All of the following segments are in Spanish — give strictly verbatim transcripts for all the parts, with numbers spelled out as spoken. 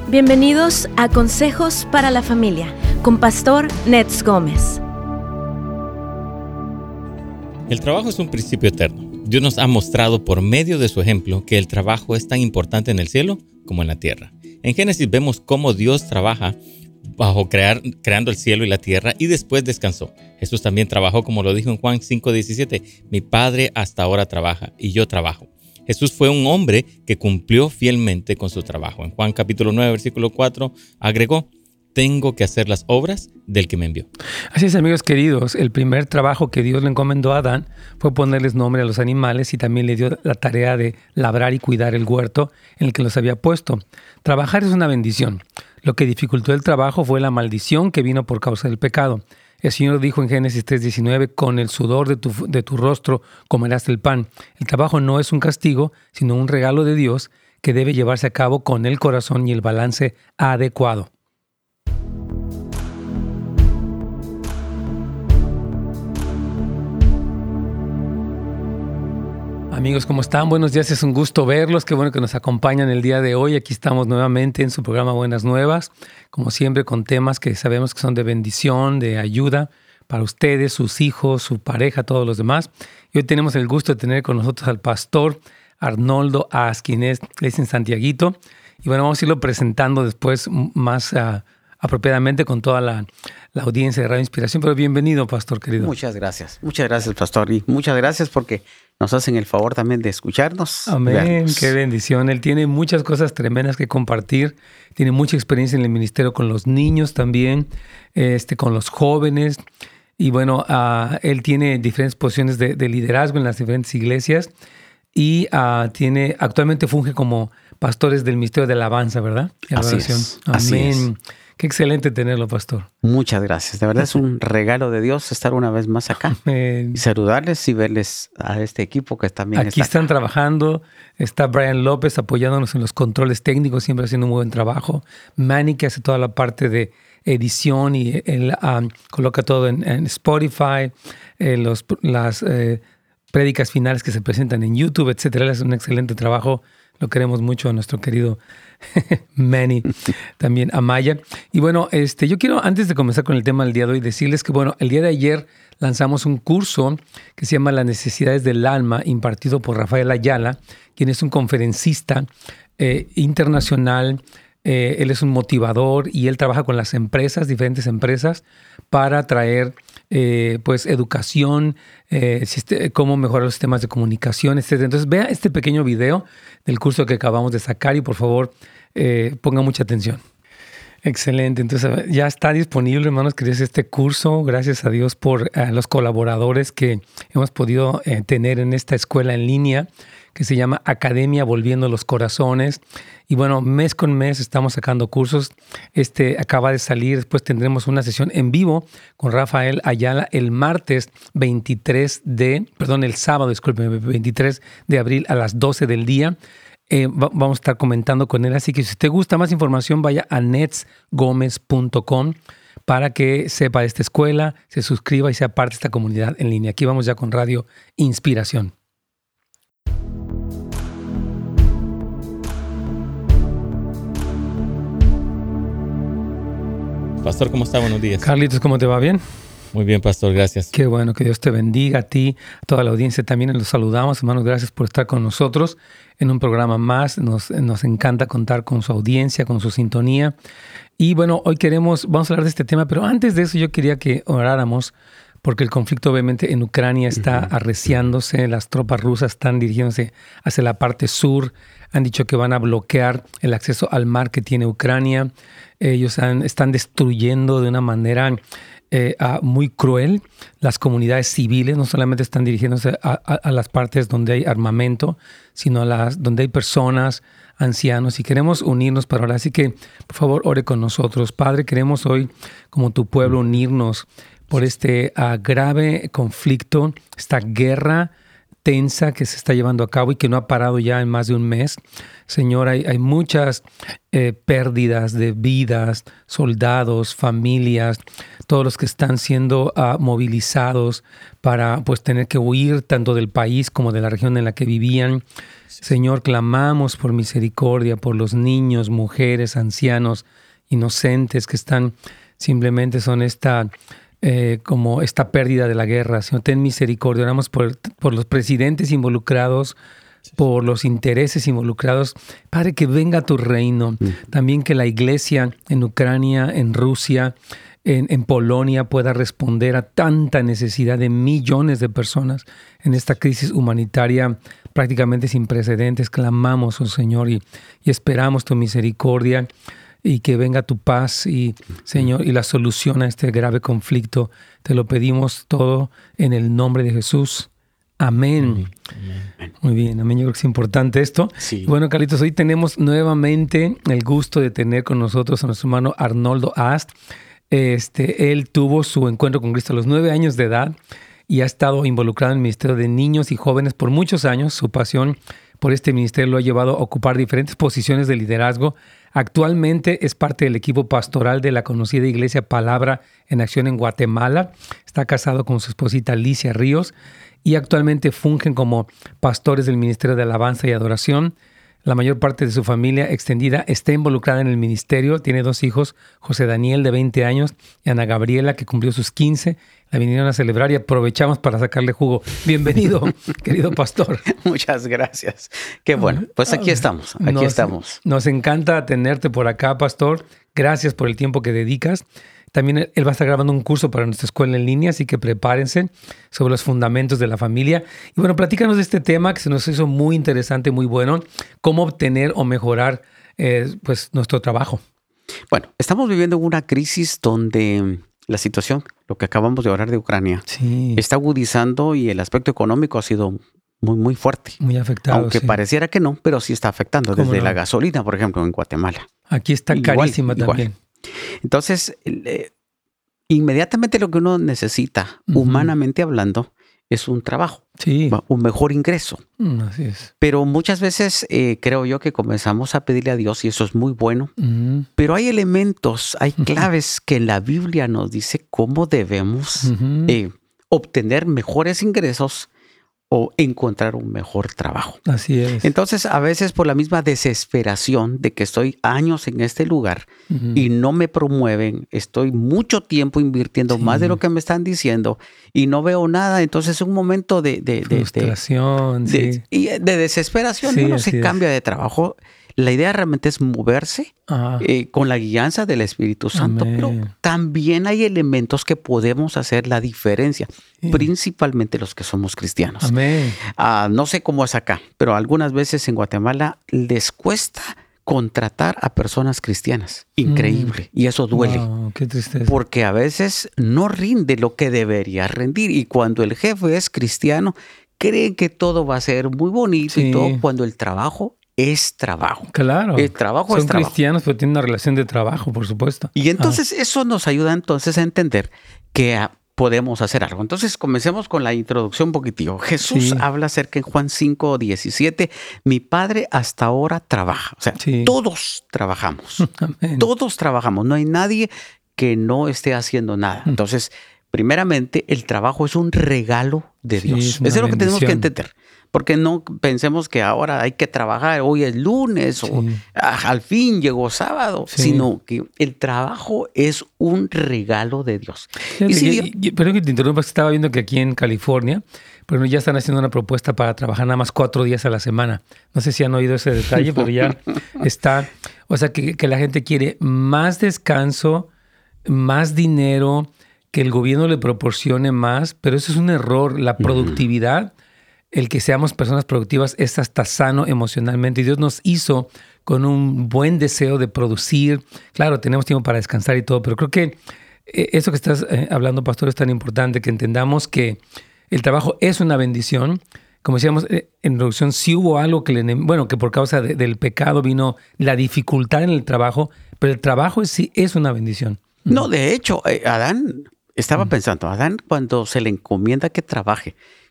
Bienvenidos a Consejos para la Familia con Pastor Nets Gómez. El trabajo es un principio eterno. Dios nos ha mostrado por medio de su ejemplo que el trabajo es tan importante en el cielo como en la tierra. En Génesis vemos cómo Dios trabaja bajo crear, creando el cielo y la tierra y después descansó. Jesús también trabajó, como lo dijo en Juan cinco diecisiete. Mi Padre hasta ahora trabaja y yo trabajo. Jesús fue un hombre que cumplió fielmente con su trabajo. En Juan capítulo nueve, versículo cuatro, agregó: tengo que hacer las obras del que me envió. Así es, amigos queridos, el primer trabajo que Dios le encomendó a Adán fue ponerles nombre a los animales y también le dio la tarea de labrar y cuidar el huerto en el que los había puesto. Trabajar es una bendición. Lo que dificultó el trabajo fue la maldición que vino por causa del pecado. El Señor dijo en Génesis tres diecinueve, con el sudor de tu, de tu rostro comerás el pan. El trabajo no es un castigo, sino un regalo de Dios que debe llevarse a cabo con el corazón y el balance adecuado. Amigos, ¿cómo están? Buenos días, es un gusto verlos. Qué bueno que nos acompañan el día de hoy. Aquí estamos nuevamente en su programa Buenas Nuevas, como siempre con temas que sabemos que son de bendición, de ayuda para ustedes, sus hijos, su pareja, todos los demás. Y hoy tenemos el gusto de tener con nosotros al pastor Arnoldo Asquinez, es en Santiaguito. Y bueno, vamos a irlo presentando después más uh, apropiadamente con toda la, la audiencia de Radio Inspiración. Pero bienvenido, pastor querido. Muchas gracias, muchas gracias, pastor. Y muchas gracias porque nos hacen el favor también de escucharnos. Amén, vernos. Qué bendición. Él tiene muchas cosas tremendas que compartir. Tiene mucha experiencia en el ministerio con los niños también, este, con los jóvenes. Y bueno, uh, él tiene diferentes posiciones de, de liderazgo en las diferentes iglesias y uh, tiene actualmente funge como pastores del ministerio de alabanza, ¿verdad? Y así adoración. es, Amén. así es. Qué excelente tenerlo, pastor. Muchas gracias. De verdad es un regalo de Dios estar una vez más acá. Amén. Y saludarles y verles a este equipo que también Aquí está están acá. trabajando. Está Brian López apoyándonos en los controles técnicos, siempre haciendo un buen trabajo. Manny, que hace toda la parte de edición y él um, coloca todo en, en Spotify, eh, los, las eh, prédicas finales que se presentan en YouTube, etcétera. Él hace un excelente trabajo. Lo queremos mucho a nuestro querido Manny, también a Maya. Y bueno, este, yo quiero, antes de comenzar con el tema del día de hoy, decirles que, bueno, el día de ayer lanzamos un curso que se llama Las Necesidades del Alma, impartido por Rafael Ayala, quien es un conferencista eh, internacional. Eh, él es un motivador y él trabaja con las empresas, diferentes empresas, para traer eh, pues educación, eh, sist- cómo mejorar los sistemas de comunicación, etcétera. Entonces, vea este pequeño video del curso que acabamos de sacar y por favor eh, ponga mucha atención. Excelente. Entonces, ya está disponible, hermanos queridos, este curso. Gracias a Dios por eh, los colaboradores que hemos podido eh, tener en esta escuela en línea, que se llama Academia Volviendo los Corazones. Y bueno, mes con mes estamos sacando cursos. Este acaba de salir, después tendremos una sesión en vivo con Rafael Ayala el martes veintitrés de, perdón, el sábado, discúlpeme, veintitrés de abril a las doce del día. Eh, va, vamos a estar comentando con él, así que si usted gusta más información, vaya a nets gómez punto com para que sepa de esta escuela, se suscriba y sea parte de esta comunidad en línea. Aquí vamos ya con Radio Inspiración. Pastor, ¿cómo está? Buenos días. Carlitos, ¿cómo te va? ¿Bien? Muy bien, pastor, gracias. Qué bueno, que Dios te bendiga a ti, a toda la audiencia también. Los saludamos, hermanos, gracias por estar con nosotros en un programa más. Nos, nos encanta contar con su audiencia, con su sintonía. Y bueno, hoy queremos, vamos a hablar de este tema, pero antes de eso yo quería que oráramos, porque el conflicto obviamente en Ucrania está uh-huh. arreciándose, las tropas rusas están dirigiéndose hacia la parte sur, han dicho que van a bloquear el acceso al mar que tiene Ucrania. Ellos han, están destruyendo de una manera eh, uh, muy cruel las comunidades civiles, no solamente están dirigiéndose a, a, a las partes donde hay armamento, sino a las donde hay personas, ancianos, y queremos unirnos para orar. Así que, por favor, ore con nosotros. Padre, queremos hoy, como tu pueblo, unirnos por este uh, grave conflicto, esta guerra intensa que se está llevando a cabo y que no ha parado ya en más de un mes. Señor, hay, hay muchas eh, pérdidas de vidas, soldados, familias, todos los que están siendo uh, movilizados para pues tener que huir tanto del país como de la región en la que vivían. Señor, clamamos por misericordia por los niños, mujeres, ancianos, inocentes que están simplemente son esta eh, como esta pérdida de la guerra. Señor, ten misericordia. Oramos por, por los presidentes involucrados, por los intereses involucrados. Padre, que venga tu reino. Mm. También que la iglesia en Ucrania, en Rusia, en, en Polonia pueda responder a tanta necesidad de millones de personas en esta crisis humanitaria prácticamente sin precedentes. Clamamos, oh Señor, y, y esperamos tu misericordia y que venga tu paz y, Señor, y la solución a este grave conflicto. Te lo pedimos todo en el nombre de Jesús. Amén. Amén. Muy bien, amén. Yo creo que es importante esto. Sí. Bueno, Carlitos, hoy tenemos nuevamente el gusto de tener con nosotros a nuestro hermano Arnoldo Ast. Este, él tuvo su encuentro con Cristo a los nueve años de edad y ha estado involucrado en el ministerio de niños y jóvenes por muchos años. Su pasión por este ministerio lo ha llevado a ocupar diferentes posiciones de liderazgo. Actualmente es parte del equipo pastoral de la conocida Iglesia Palabra en Acción en Guatemala. Está casado con su esposita Alicia Ríos y actualmente fungen como pastores del Ministerio de Alabanza y Adoración. La mayor parte de su familia extendida está involucrada en el ministerio. Tiene dos hijos, José Daniel de veinte años y Ana Gabriela que cumplió sus quince. La vinieron a celebrar y aprovechamos para sacarle jugo. Bienvenido, querido pastor. Muchas gracias. Qué bueno. Pues aquí estamos, aquí nos, estamos. Nos encanta tenerte por acá, pastor. Gracias por el tiempo que dedicas. También él va a estar grabando un curso para nuestra escuela en línea, así que prepárense sobre los fundamentos de la familia. Y bueno, platícanos de este tema que se nos hizo muy interesante, muy bueno. ¿Cómo obtener o mejorar eh, pues, nuestro trabajo? Bueno, estamos viviendo una crisis donde la situación, lo que acabamos de hablar de Ucrania, sí, está agudizando y el aspecto económico ha sido muy, muy fuerte. Muy afectado, aunque sí. pareciera que no, pero sí está afectando. Desde no? la gasolina, por ejemplo, en Guatemala. Aquí está igual, carísima también. Igual. Entonces, eh, inmediatamente lo que uno necesita, uh-huh. humanamente hablando, es un trabajo, sí. un mejor ingreso. Mm, así es. Pero muchas veces eh, creo yo que comenzamos a pedirle a Dios y eso es muy bueno. Uh-huh. Pero hay elementos, hay claves uh-huh. que en la Biblia nos dice cómo debemos uh-huh. eh, obtener mejores ingresos o encontrar un mejor trabajo. Así es. Entonces, a veces por la misma desesperación de que estoy años en este lugar uh-huh. y no me promueven, estoy mucho tiempo invirtiendo sí. más de lo que me están diciendo y no veo nada, entonces es un momento de... de, de frustración, de, de, sí. Y de desesperación, sí, uno se es. cambia de trabajo. La idea realmente es moverse eh, con la guianza del Espíritu Santo, Amén. Pero también hay elementos que podemos hacer la diferencia, sí. principalmente los que somos cristianos. Amén. Uh, no sé cómo es acá, pero algunas veces en Guatemala les cuesta contratar a personas cristianas. Increíble. Mm. Y eso duele. Wow, qué tristeza. Porque a veces no rinde lo que debería rendir. Y cuando el jefe es cristiano, creen que todo va a ser muy bonito sí. y todo, cuando el trabajo es trabajo. Claro. El trabajo Son es trabajo. Son cristianos, pero tienen una relación de trabajo, por supuesto. Y entonces ah. eso nos ayuda entonces a entender que ah, podemos hacer algo. Entonces comencemos con la introducción un poquitito. Jesús sí. habla acerca en Juan cinco diecisiete. Mi Padre hasta ahora trabaja. O sea, sí. todos trabajamos. Amén. Todos trabajamos. No hay nadie que no esté haciendo nada. Entonces, primeramente, el trabajo es un regalo de Dios. Sí, es Eso es lo que tenemos que entender. Porque no pensemos que ahora hay que trabajar, hoy es lunes sí. o al fin llegó sábado, sí. sino que el trabajo es un regalo de Dios. Y si, que, perdón que te interrumpa, estaba viendo que aquí en California, pero ya están haciendo una propuesta para trabajar nada más cuatro días a la semana. No sé si han oído ese detalle, pero ya está. O sea, que, que la gente quiere más descanso, más dinero, que el gobierno le proporcione más, pero eso es un error. La productividad... Uh-huh. El que seamos personas productivas es hasta sano emocionalmente. Y Dios nos hizo con un buen deseo de producir. Claro, tenemos tiempo para descansar y todo, pero creo que eso que estás eh, hablando, pastor, es tan importante que entendamos que el trabajo es una bendición. Como decíamos eh, en introducción, sí hubo algo que, le, bueno, que por causa de, del pecado vino la dificultad en el trabajo, pero el trabajo es, sí es una bendición. No, de hecho, eh, Adán, estaba mm. pensando, Adán cuando se le encomienda que trabaje,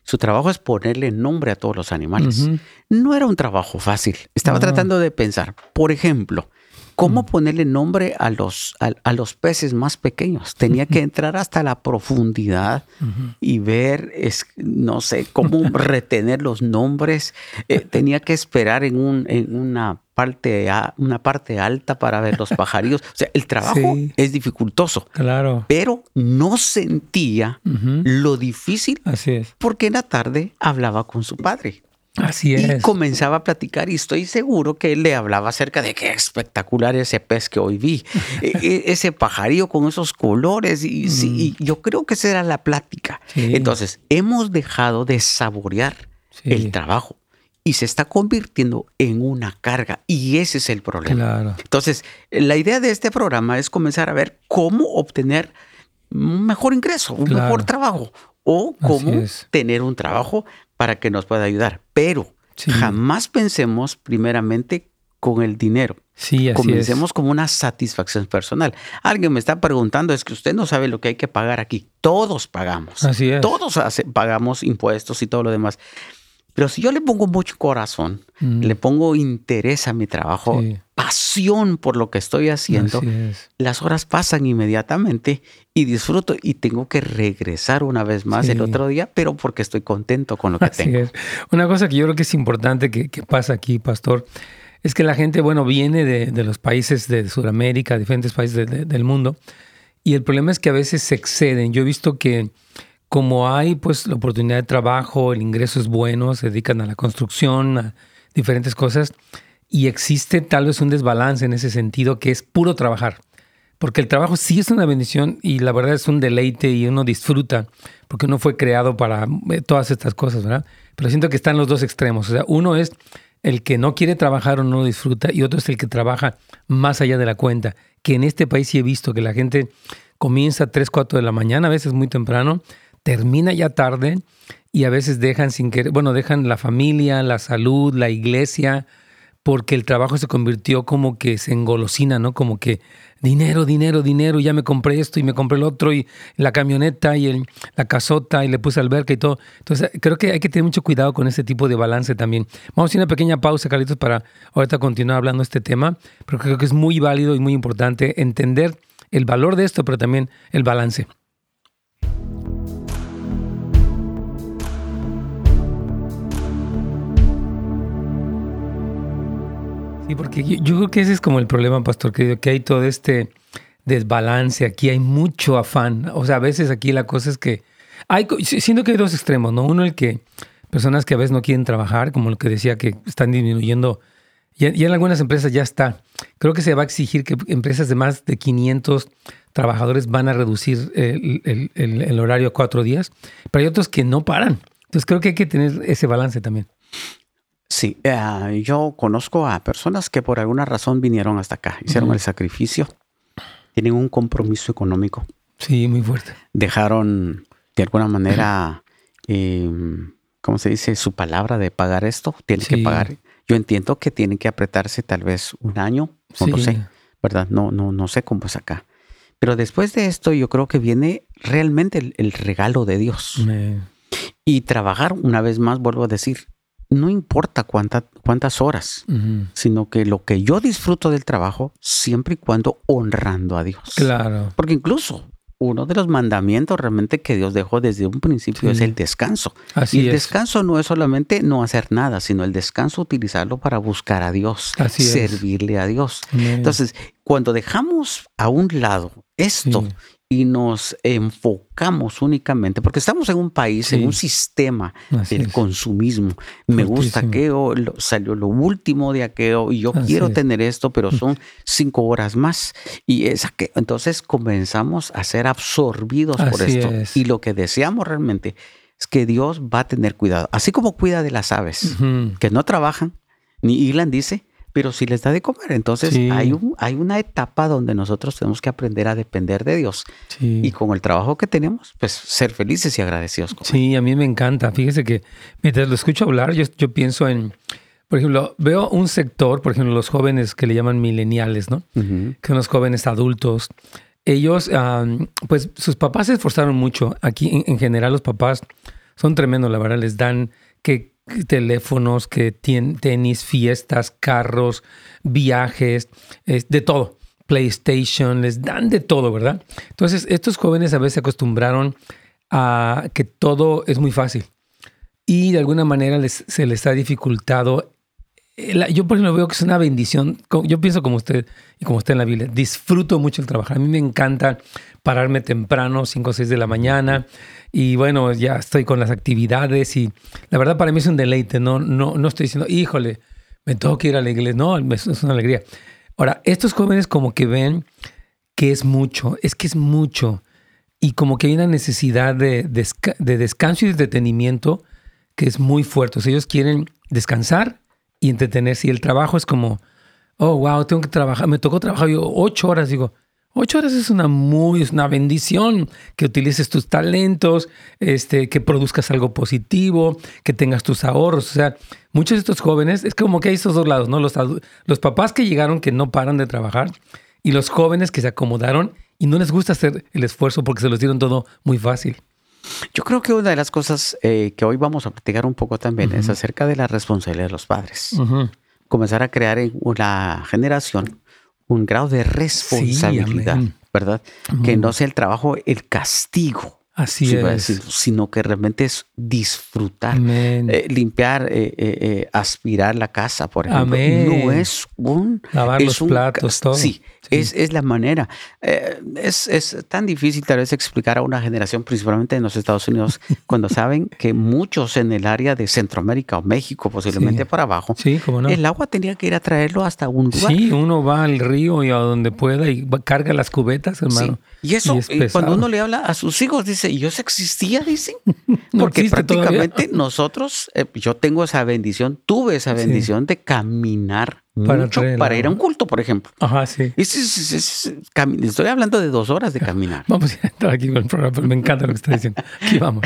Su trabajo es ponerle nombre a todos los animales. Ujú. No era un trabajo fácil. Estaba No. tratando de pensar, por ejemplo, ¿cómo ponerle nombre a los, a, a los peces más pequeños? Tenía que entrar hasta la profundidad y ver, es, no sé, cómo retener los nombres. Eh, tenía que esperar en, un, en una, parte, a- una parte alta para ver los pajarillos. O sea, el trabajo Sí. es dificultoso, Claro. pero no sentía Ujú. lo difícil Así es. porque en la tarde hablaba con su padre. Así Y es. comenzaba a platicar y estoy seguro que él le hablaba acerca de qué espectacular ese pez que hoy vi, e- e- ese pajarillo con esos colores y, sí, y yo creo que esa era la plática. Sí. Entonces, hemos dejado de saborear Sí. el trabajo y se está convirtiendo en una carga y ese es el problema. Claro. Entonces, la idea de este programa es comenzar a ver cómo obtener un mejor ingreso, un Claro. mejor trabajo o cómo Así es. tener un trabajo para que nos pueda ayudar. Pero Sí. jamás pensemos primeramente con el dinero. Sí, así Comencemos como una satisfacción personal. Alguien me está preguntando, es que usted no sabe lo que hay que pagar aquí. Todos pagamos. Así es. Todos hace- pagamos impuestos y todo lo demás. Pero si yo le pongo mucho corazón, Mm. le pongo interés a mi trabajo, Sí. pasión por lo que estoy haciendo, Así es. las horas pasan inmediatamente y disfruto y tengo que regresar una vez más Sí. el otro día, pero porque estoy contento con lo que Así tengo. es. Una cosa que yo creo que es importante que, que pasa aquí, pastor, es que la gente, bueno, viene de, de los países de Sudamérica, diferentes países de- de- del mundo, y el problema es que a veces se exceden. Yo he visto que como hay pues la oportunidad de trabajo, el ingreso es bueno, se dedican a la construcción, a diferentes cosas, y existe tal vez un desbalance en ese sentido que es puro trabajar. Porque el trabajo sí es una bendición y la verdad es un deleite y uno disfruta porque uno fue creado para eh, todas estas cosas, ¿verdad? Pero siento que están los dos extremos. O sea, uno es el que no quiere trabajar o no lo disfruta y otro es el que trabaja más allá de la cuenta. Que en este país sí he visto que la gente comienza a tres, cuatro de la mañana, a veces muy temprano, termina ya tarde y a veces dejan sin querer, bueno, dejan la familia, la salud, la iglesia, porque el trabajo se convirtió como que se engolosina, ¿no? Como que dinero, dinero, dinero, ya me compré esto y me compré el otro y la camioneta y el, la casota y le puse alberca y todo. Entonces creo que hay que tener mucho cuidado con ese tipo de balance también. Vamos a hacer una pequeña pausa, Carlitos, para ahorita continuar hablando de este tema, pero creo que es muy válido y muy importante entender el valor de esto, pero también el balance. Sí, porque yo, yo creo que ese es como el problema, pastor querido, que hay todo este desbalance, aquí hay mucho afán. O sea, a veces aquí la cosa es que hay, co- siento que hay dos extremos, ¿no? Uno, el que personas que a veces no quieren trabajar, como lo que decía, que están disminuyendo. Ya, ya en algunas empresas ya está. Creo que se va a exigir que empresas de más de quinientos trabajadores van a reducir el, el- el- el horario a cuatro días, pero hay otros que no paran. Entonces creo que hay que tener ese balance también. Sí, eh, yo conozco a personas que por alguna razón vinieron hasta acá, hicieron Ujú. el sacrificio, tienen un compromiso económico, Sí, muy fuerte. dejaron de alguna manera, eh, ¿cómo se dice? Su palabra de pagar esto, tienen Sí. que pagar. Yo entiendo que tienen que apretarse tal vez un año, no lo Sí. sé, ¿verdad? No, no, no sé cómo es acá. Pero después de esto yo creo que viene realmente el, el regalo de Dios. Me- Y trabajar, una vez más, vuelvo a decir, no importa cuánta- cuántas horas, Ujú. sino que lo que yo disfruto del trabajo, siempre y cuando honrando a Dios. Claro. Porque incluso uno de los mandamientos realmente que Dios dejó desde un principio Sí. es el descanso. Así y el es. descanso no es solamente no hacer nada, sino el descanso utilizarlo para buscar a Dios, Así es. servirle a Dios. Amén. Entonces, cuando dejamos a un lado esto Sí. y nos enfocamos únicamente, porque estamos en un país, Sí. en un sistema Así del es. consumismo. Me gusta Fuertísimo. aquello, lo- salió lo último de aquello y yo Así quiero es. tener esto, pero son cinco horas más. Y es aquello. Entonces comenzamos a ser absorbidos por Así esto. es. Y lo que deseamos realmente es que Dios va a tener cuidado. Así como cuida de las aves, Ujú. que no trabajan, ni Ilan dice, pero sí les da de comer. Entonces Sí. hay, un, hay una etapa donde nosotros tenemos que aprender a depender de Dios. Sí. Y con el trabajo que tenemos, pues ser felices y agradecidos con él. Sí, a mí me encanta. Fíjese que mientras lo escucho hablar, yo, yo pienso en, por ejemplo, veo un sector, por ejemplo, los jóvenes que le llaman millennials, ¿no? Ujú. Que son los jóvenes adultos. Ellos, um, pues sus papás se esforzaron mucho. Aquí, en, en general, los papás son tremendos, la verdad. Les dan que teléfonos, que tien, tenis, fiestas, carros, viajes, eh, de todo. PlayStation, les dan de todo, ¿verdad? Entonces, estos jóvenes a veces se acostumbraron a que todo es muy fácil. Y de alguna manera les, se les ha dificultado. Yo, por ejemplo, veo que es una bendición. Yo pienso como usted y como usted en la Biblia. Disfruto mucho el trabajar. A mí me encanta pararme temprano, cinco o seis de la mañana. Y bueno, ya estoy con las actividades. Y la verdad para mí es un deleite. No, no, no estoy diciendo, híjole, me tengo que ir a la iglesia. No, es una alegría. Ahora, estos jóvenes como que ven que es mucho. Es que es mucho. Y como que hay una necesidad de, desca- de descanso y de entretenimiento que es muy fuerte. O sea, ellos quieren descansar y entretenerse. Y el trabajo es como, oh, wow, tengo que trabajar. Me tocó trabajar yo ocho horas. Digo, ocho horas es una muy, es una bendición que utilices tus talentos, este, que produzcas algo positivo, que tengas tus ahorros. O sea, muchos de estos jóvenes, es como que hay esos dos lados, ¿no? Los, los papás que llegaron que no paran de trabajar y los jóvenes que se acomodaron y no les gusta hacer el esfuerzo porque se los dieron todo muy fácil. Yo creo que una de las cosas eh, que hoy vamos a platicar un poco también uh-huh. es acerca de la responsabilidad de los padres. Uh-huh. Comenzar a crear en una generación un grado de responsabilidad, sí, ¿verdad? Uh-huh. Que no sea el trabajo el castigo. Así sí, es. Decir, sino que realmente es disfrutar, eh, limpiar, eh, eh, aspirar la casa, por ejemplo. Amén. No es un... Lavar es los un, platos, todo. Sí, sí. Es, es la manera. Eh, es, es tan difícil tal vez explicar a una generación, principalmente en los Estados Unidos, cuando saben que muchos en el área de Centroamérica o México, posiblemente sí. para abajo, sí, cómo no. el agua tenía que ir a traerlo hasta un lugar. Sí, uno va al río y a donde pueda y carga las cubetas, hermano. Sí. Y eso, y cuando uno le habla a sus hijos, dice, ¿y eso existía? Dicen. No Porque prácticamente todavía. nosotros, eh, yo tengo esa bendición, tuve esa bendición sí. de caminar para mucho para ir a un culto, por ejemplo. Ajá, sí. Es, es, es, es, cam- estoy hablando de dos horas de caminar. Vamos a entrar aquí con el programa, pero me encanta lo que está diciendo. Aquí vamos.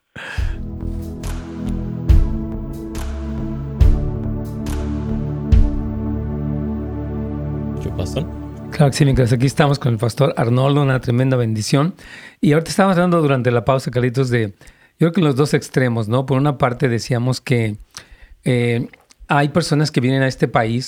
¿Qué pasó? Claro que sí, mientras aquí estamos con el pastor Arnoldo, una tremenda bendición. Y ahorita estábamos hablando durante la pausa, Carlitos, de, yo creo que los dos extremos, ¿no? Por una parte decíamos que eh, hay personas que vienen a este país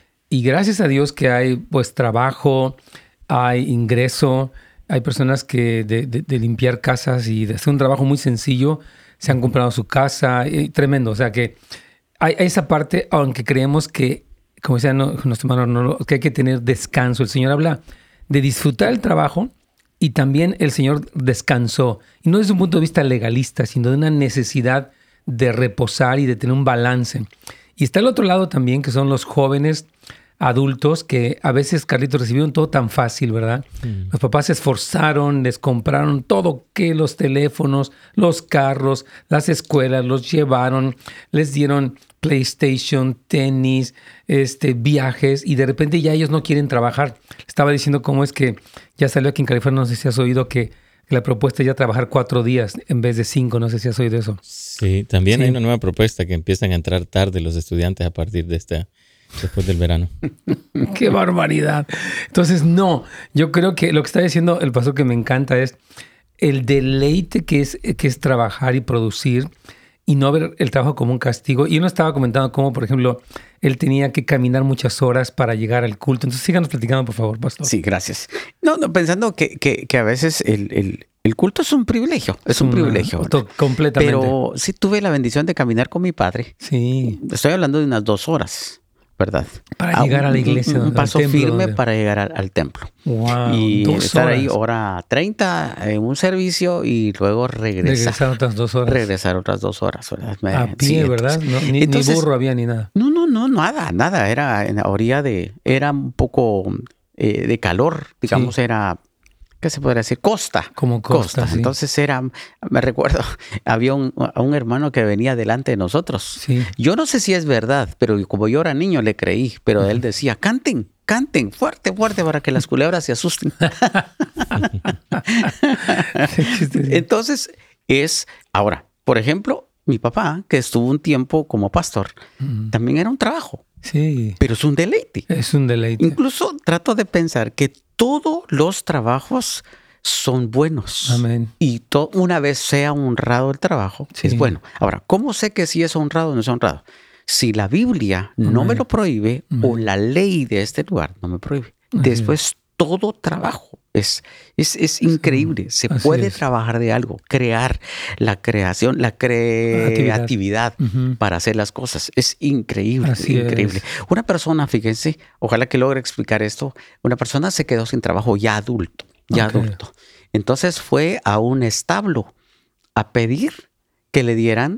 y gracias a Dios que hay pues trabajo, hay ingreso, hay personas que de, de, de limpiar casas y de hacer un trabajo muy sencillo, se han comprado su casa, y, tremendo. O sea que hay, hay esa parte, aunque creemos que como decía no, nuestro hermano, no, que hay que tener descanso. El Señor habla de disfrutar el trabajo y también el Señor descansó. Y no desde un punto de vista legalista, sino de una necesidad de reposar y de tener un balance. Y está el otro lado también, que son los jóvenes adultos que a veces, Carlitos, recibieron todo tan fácil, ¿verdad? Mm. Los papás se esforzaron, les compraron todo, que los teléfonos, los carros, las escuelas, los llevaron, les dieron PlayStation, tenis, este, viajes, y de repente ya ellos no quieren trabajar. Estaba diciendo cómo es que ya salió aquí en California, no sé si has oído que la propuesta es ya trabajar cuatro días en vez de cinco, no sé si has oído eso. Sí, también sí. hay una nueva propuesta que empiezan a entrar tarde los estudiantes a partir de esta, después del verano. ¡Qué barbaridad! Entonces, no, yo creo que lo que está diciendo el pastor que me encanta es el deleite que es, que es trabajar y producir, y no ver el trabajo como un castigo. Y uno estaba comentando cómo, por ejemplo, él tenía que caminar muchas horas para llegar al culto. Entonces, síganos platicando, por favor, pastor. Sí, gracias. No, no pensando que, que, que a veces el, el, el culto es un privilegio. Es un, un privilegio. To- completamente. Pero sí tuve la bendición de caminar con mi padre. Sí. Estoy hablando de unas dos horas, ¿verdad? Para a llegar un, a la iglesia. Un, un paso templo, firme donde... para llegar al, al templo. Wow, y dos estar horas. ahí hora treinta en un servicio y luego regresar. Regresar otras dos horas. Regresar otras dos horas, ¿verdad? Me, a pie, sí, ¿verdad? Entonces, no, ni, entonces, ni burro había ni nada. No, no, no, nada, nada. Era en la orilla de... Era un poco eh, de calor, digamos, sí. Era... ¿Qué se podría decir? Costa. Como costa, costa. Sí. Entonces era, me recuerdo, había un, un hermano que venía delante de nosotros. Sí. Yo no sé si es verdad, pero como yo era niño le creí, pero uh-huh. él decía, canten, canten, fuerte, fuerte para que las culebras se asusten. Entonces es, ahora, por ejemplo, mi papá, que estuvo un tiempo como pastor, uh-huh. también era un trabajo. Sí. Pero es un deleite. Es un deleite. Incluso trato de pensar que todos los trabajos son buenos. Amén. Y to- una vez sea honrado el trabajo, Sí. es bueno. Ahora, ¿cómo sé que si es honrado o no es honrado? Si la Biblia no Amén. me lo prohíbe Amén. o la ley de este lugar no me prohíbe. Así Después, todo trabajo es, es, es increíble. Se Así puede es. trabajar de algo, crear la creación, la creatividad Ujú. para hacer las cosas. Es increíble, Así increíble. es. Una persona, fíjense, ojalá que logre explicar esto, una persona se quedó sin trabajo ya adulto, ya Ok. adulto. Entonces fue a un establo a pedir que le dieran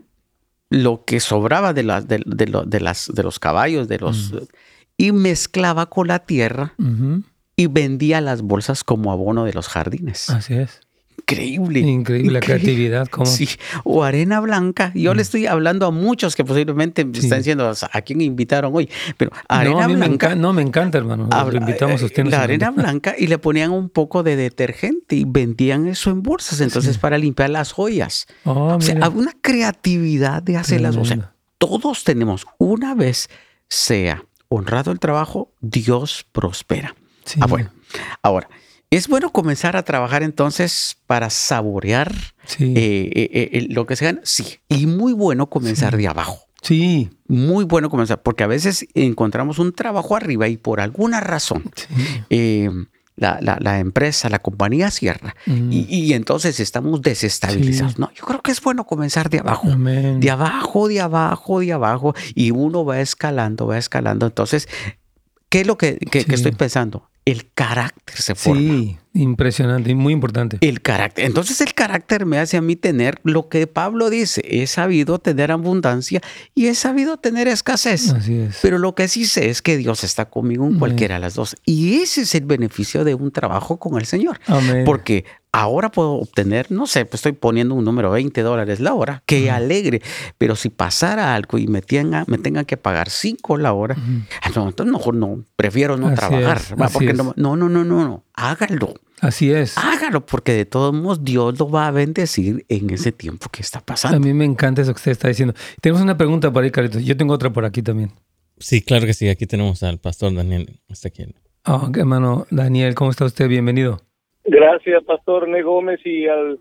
lo que sobraba de, las de, de lo- de las, de los caballos, de los, Mm. y mezclaba con la tierra Ujú. y vendía las bolsas como abono de los jardines. Así es. Increíble. Increíble la creatividad. ¿Cómo? Sí, o arena blanca. Yo le estoy hablando a muchos que posiblemente me Sí. están diciendo a quién invitaron hoy, pero No, arena a mí me blanca. encanta, no, me encanta, hermano. Lo habla- invitamos a eh, usted. no la se lo arena invita. blanca y le ponían un poco de detergente y vendían eso en bolsas, entonces Sí. para limpiar las joyas. Oh, O sea, mira. hay una creatividad de hacerlas. O sea, Tremendo. todos tenemos, una vez sea honrado el trabajo, Dios prospera. Sí. Ah, bueno. Ahora, es bueno comenzar a trabajar entonces para saborear Sí. eh, eh, eh, lo que se gana. Sí. Y muy bueno comenzar Sí. de abajo. Sí. Muy bueno comenzar, porque a veces encontramos un trabajo arriba y por alguna razón Sí. eh, la, la- la empresa, la compañía cierra Mm. y, y entonces estamos desestabilizados. Sí. No, yo creo que es bueno comenzar de abajo. Amén. De abajo, de abajo, de abajo, y uno va escalando, va escalando. Entonces, ¿qué es lo que, que- Sí. que estoy pensando? El carácter se forma. Sí. Impresionante y muy importante. El carácter. Entonces el carácter me hace a mí tener lo que Pablo dice. He sabido tener abundancia y he sabido tener escasez. Así es. Pero lo que sí sé es que Dios está conmigo en Amén. cualquiera de las dos. Y ese es el beneficio de un trabajo con el Señor. Amén. Porque ahora puedo obtener, no sé, pues estoy poniendo un número, veinte dólares la hora, que alegre. Pero si pasara algo y me tenga, me tengan que pagar cinco la hora, ah, no, entonces mejor no, prefiero no Así trabajar. es, ¿va? así Porque es. no, no, no, no, no, no, hágalo. Así es. Hágalo, porque de todos modos Dios lo va a bendecir en ese tiempo que está A pasando. mí me encanta eso que usted está diciendo. Tenemos una pregunta por ahí, Carlitos. Yo tengo otra por aquí también. Sí, claro que sí. Aquí tenemos al pastor Daniel. Hasta aquí. Oh, hermano Daniel, ¿cómo está usted? Bienvenido. Gracias, Pastor Ne Gómez, y al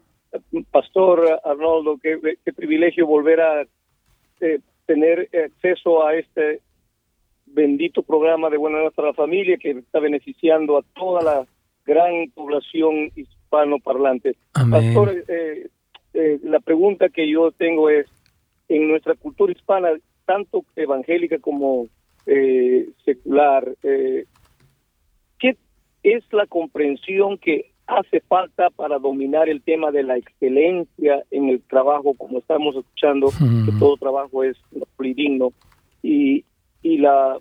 Pastor Arnoldo. Qué, qué privilegio volver a eh, tener acceso a este bendito programa de Buena Nueva para la Familia, que está beneficiando a toda la gran población hispanoparlante. Amén. Pastor, eh, eh, la pregunta que yo tengo es, en nuestra cultura hispana, tanto evangélica como eh, secular, eh, ¿qué es la comprensión que hace falta para dominar el tema de la excelencia en el trabajo, como estamos escuchando, Mm. que todo trabajo es digno? Y, y la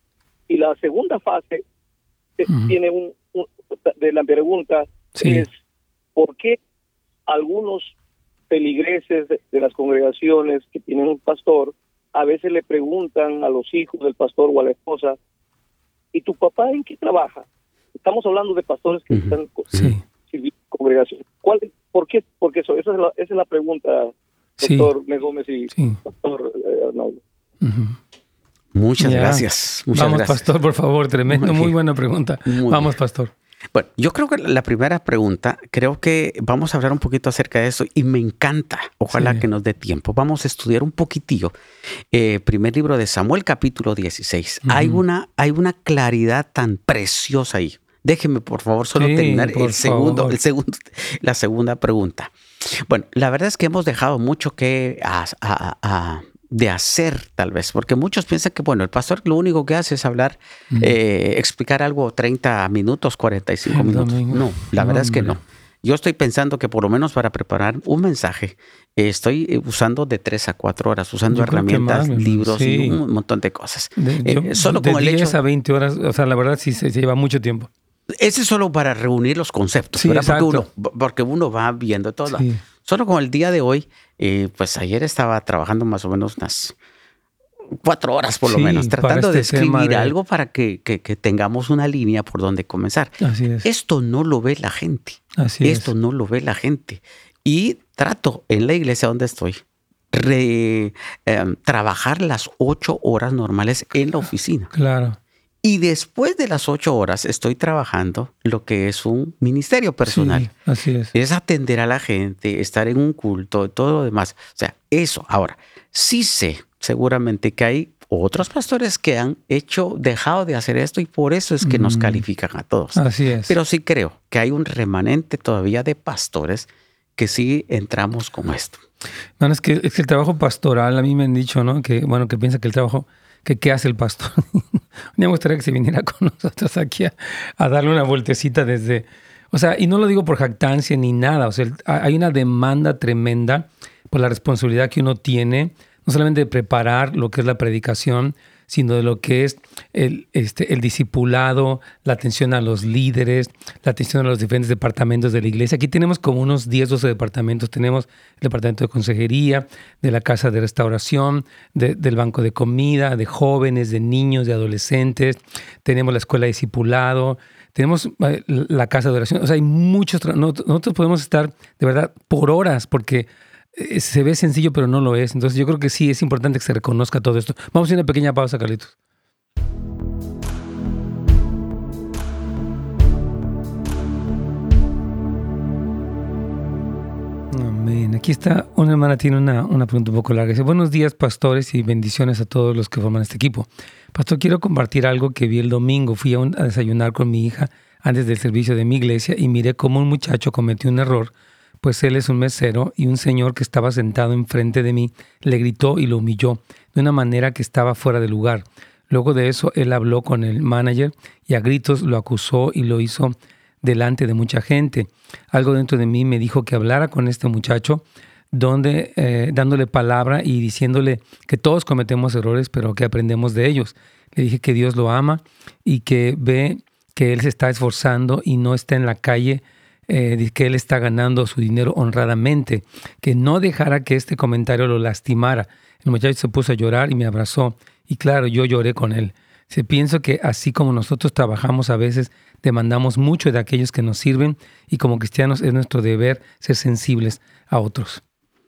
y la segunda fase eh, Mm. tiene un, un- de la pregunta Sí. es ¿por qué algunos feligreses de, de las congregaciones que tienen un pastor a veces le preguntan a los hijos del pastor o a la esposa, ¿y tu papá en qué trabaja? Estamos hablando de pastores que Ujú. están co- Sí. sirviendo en congregación. ¿Cuál, ¿Por qué? Porque eso, esa es la, esa es la pregunta, Sí. doctor Ne Gómez y Sí. pastor eh, Arnoldo. Ujú. Muchas Ya. gracias. Muchas Vamos, gracias. pastor, por favor. Tremendo. Muy Muy bien. buena pregunta. Muy Vamos, bien. pastor. Bueno, yo creo que la primera pregunta, creo que vamos a hablar un poquito acerca de eso y me encanta. Ojalá Sí. que nos dé tiempo. Vamos a estudiar un poquitillo. Eh, primer libro de Samuel, capítulo dieciséis. Ujú. Hay una, hay una claridad tan preciosa ahí. Déjeme, por favor, solo Sí, terminar por el segundo, favor. el segundo, la segunda pregunta. Bueno, la verdad es que hemos dejado mucho que a- a- a- de hacer, tal vez, porque muchos piensan que, bueno, el pastor lo único que hace es hablar, Ujú. eh, explicar algo treinta minutos, cuarenta y cinco El minutos. domingo. No, la verdad es que Hombre. no. Yo estoy pensando que por lo menos para preparar un mensaje, eh, estoy eh, usando de tres a cuatro horas, usando Yo creo que herramientas, más, mi hermano. libros Sí. y un montón de cosas. De, Eh, yo- solo de con el diez hecho, a veinte horas. O sea, la verdad sí se, se lleva mucho tiempo. ese es solo para reunir los conceptos, Sí, ¿verdad? Porque exacto. uno, porque uno va viendo todo. Sí. Solo con el día de hoy, eh, pues ayer estaba trabajando más o menos unas cuatro horas por lo Sí, menos, para tratando de este tema escribir de- algo para que, que- que tengamos una línea por donde comenzar. Así es. Esto no lo ve la gente. Así Esto es. no lo ve la gente. Y trato en la iglesia donde estoy, re- em, trabajar las ocho horas normales en la oficina. Claro. Y después de las ocho horas estoy trabajando lo que es un ministerio personal. Sí, así es. Es atender a la gente, estar en un culto, todo lo demás. O sea, eso. Ahora, sí sé seguramente que hay otros pastores que han hecho, dejado de hacer esto y por eso es que mm. nos califican a todos. Así es. Pero sí creo que hay un remanente todavía de pastores que sí entramos con esto. Bueno, es que, es que el trabajo pastoral, a mí me han dicho, ¿no? Que, bueno, que piensa que el trabajo, que qué hace el pastor. Me gustaría que se viniera con nosotros aquí a, a darle una vueltecita desde, o sea, y no lo digo por jactancia ni nada, o sea, hay una demanda tremenda por la responsabilidad que uno tiene, no solamente de preparar lo que es la predicación, sino de lo que es el, este, el discipulado, la atención a los líderes, la atención a los diferentes departamentos de la iglesia. Aquí tenemos como unos diez, doce departamentos. Tenemos el departamento de consejería, de la casa de restauración, de, del banco de comida, de jóvenes, de niños, de adolescentes. Tenemos la escuela de discipulado, tenemos la casa de oración. O sea, hay muchos... Nosotros podemos estar, de verdad, por horas, porque se ve sencillo, pero no lo es. Entonces yo creo que sí, es importante que se reconozca todo esto. Vamos a hacer una pequeña pausa, Carlitos. Amén. Aquí está, una hermana tiene una, una pregunta un poco larga. Dice, buenos días, pastores, y bendiciones a todos los que forman este equipo. Pastor, quiero compartir algo que vi el domingo. Fui a, un, a desayunar con mi hija antes del servicio de mi iglesia y miré cómo un muchacho cometió un error. Pues él es un mesero y un señor que estaba sentado enfrente de mí le gritó y lo humilló de una manera que estaba fuera de lugar. Luego de eso, él habló con el manager y a gritos lo acusó y lo hizo delante de mucha gente. Algo dentro de mí me dijo que hablara con este muchacho, donde, eh, dándole palabra y diciéndole que todos cometemos errores, pero que aprendemos de ellos. Le dije que Dios lo ama y que ve que él se está esforzando y no está en la calle, Eh, que él está ganando su dinero honradamente, que no dejara que este comentario lo lastimara. El muchacho se puso a llorar y me abrazó. Y claro, yo lloré con él. Se pienso que así como nosotros trabajamos a veces, demandamos mucho de aquellos que nos sirven y como cristianos es nuestro deber ser sensibles a otros.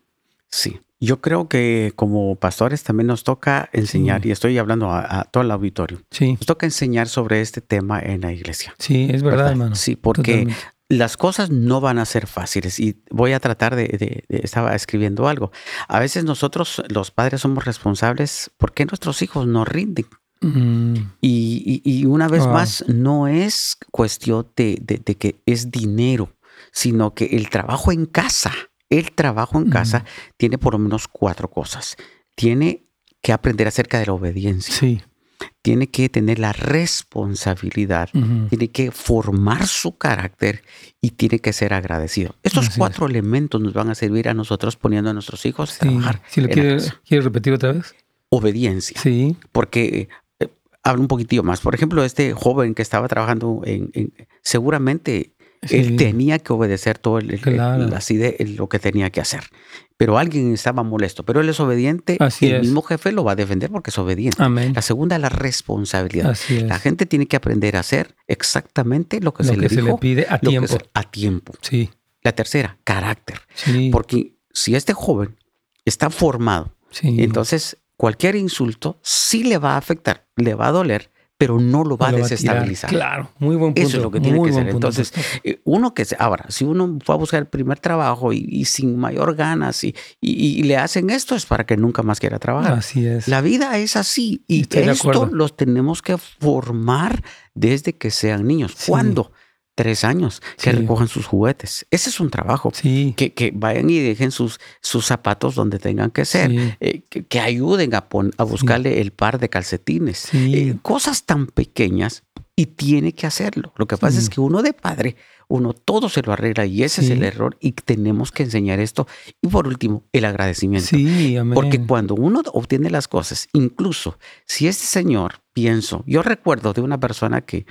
Sí, yo creo que como pastores también nos toca enseñar, sí. Y estoy hablando a, a todo el auditorio, sí. Nos toca enseñar sobre este tema en la iglesia. Sí, es verdad, ¿verdad? Hermano. Sí, porque totalmente. Las cosas no van a ser fáciles y voy a tratar de, de, de... Estaba escribiendo algo. A veces nosotros, los padres, somos responsables porque nuestros hijos no rinden. Mm. Y, y, y una vez wow. más, no es cuestión de, de, de que es dinero, sino que el trabajo en casa, el trabajo en mm. casa tiene por lo menos cuatro cosas. Tiene que aprender acerca de la obediencia. Sí. Tiene que tener la responsabilidad, uh-huh. tiene que formar su carácter y tiene que ser agradecido. Estos Así cuatro es. elementos nos van a servir a nosotros poniendo a nuestros hijos a sí. trabajar. Si lo quieres quiere repetir otra vez. Obediencia. Sí. Porque eh, hablo un poquitillo más. Por ejemplo, este joven que estaba trabajando en, en seguramente sí. él tenía que obedecer todo el, claro. el, así de el, lo que tenía que hacer. Pero alguien estaba molesto, pero él es obediente. Así el es. mismo jefe lo va a defender porque es obediente. Amén. La segunda es la responsabilidad. Así es. La gente tiene que aprender a hacer exactamente lo que, lo se, que le se dijo, le pide a tiempo. Se, a tiempo. Sí. La tercera, carácter. Sí. Porque si este joven está formado, sí. entonces cualquier insulto sí le va a afectar, le va a doler, pero no lo va no a desestabilizar. Va a claro, muy buen punto. Eso es lo que tiene muy que ser. Punto, Entonces, eh, uno que se, ahora, si uno fue a buscar el primer trabajo y, y sin mayor ganas y, y, y le hacen esto es para que nunca más quiera trabajar. Así es. La vida es así y Estoy esto los tenemos que formar desde que sean niños. Sí. ¿Cuándo? Tres años, que sí. recojan sus juguetes. Ese es un trabajo. Sí. Que, que vayan y dejen sus, sus zapatos donde tengan que ser. Sí. Eh, que, que ayuden a, pon, a buscarle sí. el par de calcetines. Sí. Eh, cosas tan pequeñas y tiene que hacerlo. Lo que pasa sí. es que uno de padre, uno todo se lo arregla y ese sí. es el error y tenemos que enseñar esto. Y por último, el agradecimiento. Sí, amén. Porque cuando uno obtiene las cosas, incluso si este señor, pienso, yo recuerdo de una persona que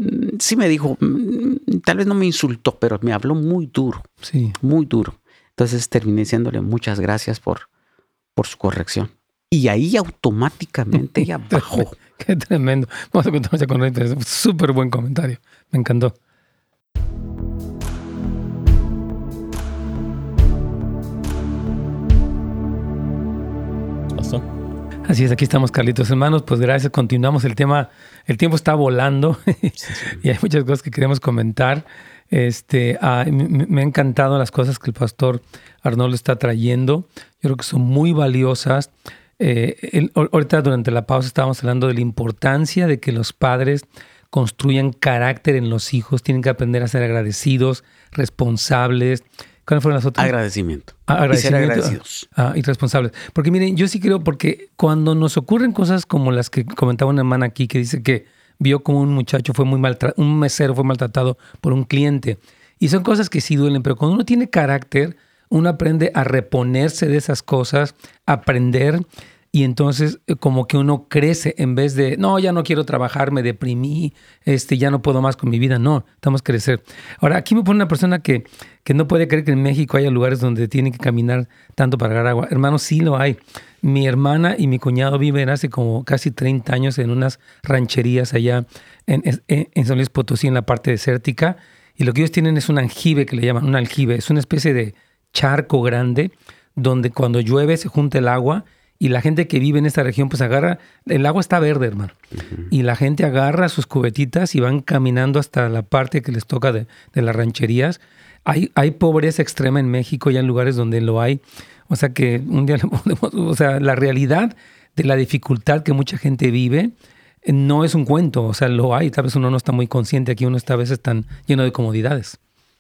sí me dijo, tal vez no me insultó, pero me habló muy duro, sí. muy duro. Entonces terminé diciéndole muchas gracias por, por su corrección. Y ahí automáticamente ella bajó. Qué tremendo. Vamos a contar con él. Súper buen comentario. Me encantó. ¿Pasó? Así es, aquí estamos, Carlitos. Hermanos, pues gracias. Continuamos el tema. El tiempo está volando sí, sí. y hay muchas cosas que queremos comentar. Este, uh, me, me ha encantado las cosas que el pastor Arnoldo está trayendo. Yo creo que son muy valiosas. Eh, el, ahorita durante la pausa estábamos hablando de la importancia de que los padres construyan carácter en los hijos. Tienen que aprender a ser agradecidos, responsables. ¿Cuáles fueron las otras? Agradecimiento. Ah, agradecimiento. Y ser agradecidos. Ah, y responsables. Porque miren, yo sí creo, porque cuando nos ocurren cosas como las que comentaba una hermana aquí, que dice que vio como un muchacho fue muy maltratado, un mesero fue maltratado por un cliente. Y son cosas que sí duelen, pero cuando uno tiene carácter, uno aprende a reponerse de esas cosas, aprender, y entonces como que uno crece en vez de, no, ya no quiero trabajar, me deprimí, este, ya no puedo más con mi vida. No, estamos a crecer. Ahora, aquí me pone una persona que, que no puede creer que en México haya lugares donde tienen que caminar tanto para agarrar agua. Hermanos, sí lo hay. Mi hermana y mi cuñado viven hace como casi treinta años en unas rancherías allá en, en, en San Luis Potosí, en la parte desértica, y lo que ellos tienen es un aljibe, que le llaman un aljibe. Es una especie de charco grande donde cuando llueve se junta el agua. Y la gente que vive en esta región, pues agarra, el agua está verde, hermano. Uh-huh. Y la gente agarra sus cubetitas y van caminando hasta la parte que les toca de, de las rancherías. Hay, hay pobreza extrema en México, ya en lugares donde lo hay. O sea que un día, o sea, la realidad de la dificultad que mucha gente vive no es un cuento. O sea, lo hay. Tal vez uno no está muy consciente. Aquí uno está a veces tan lleno de comodidades.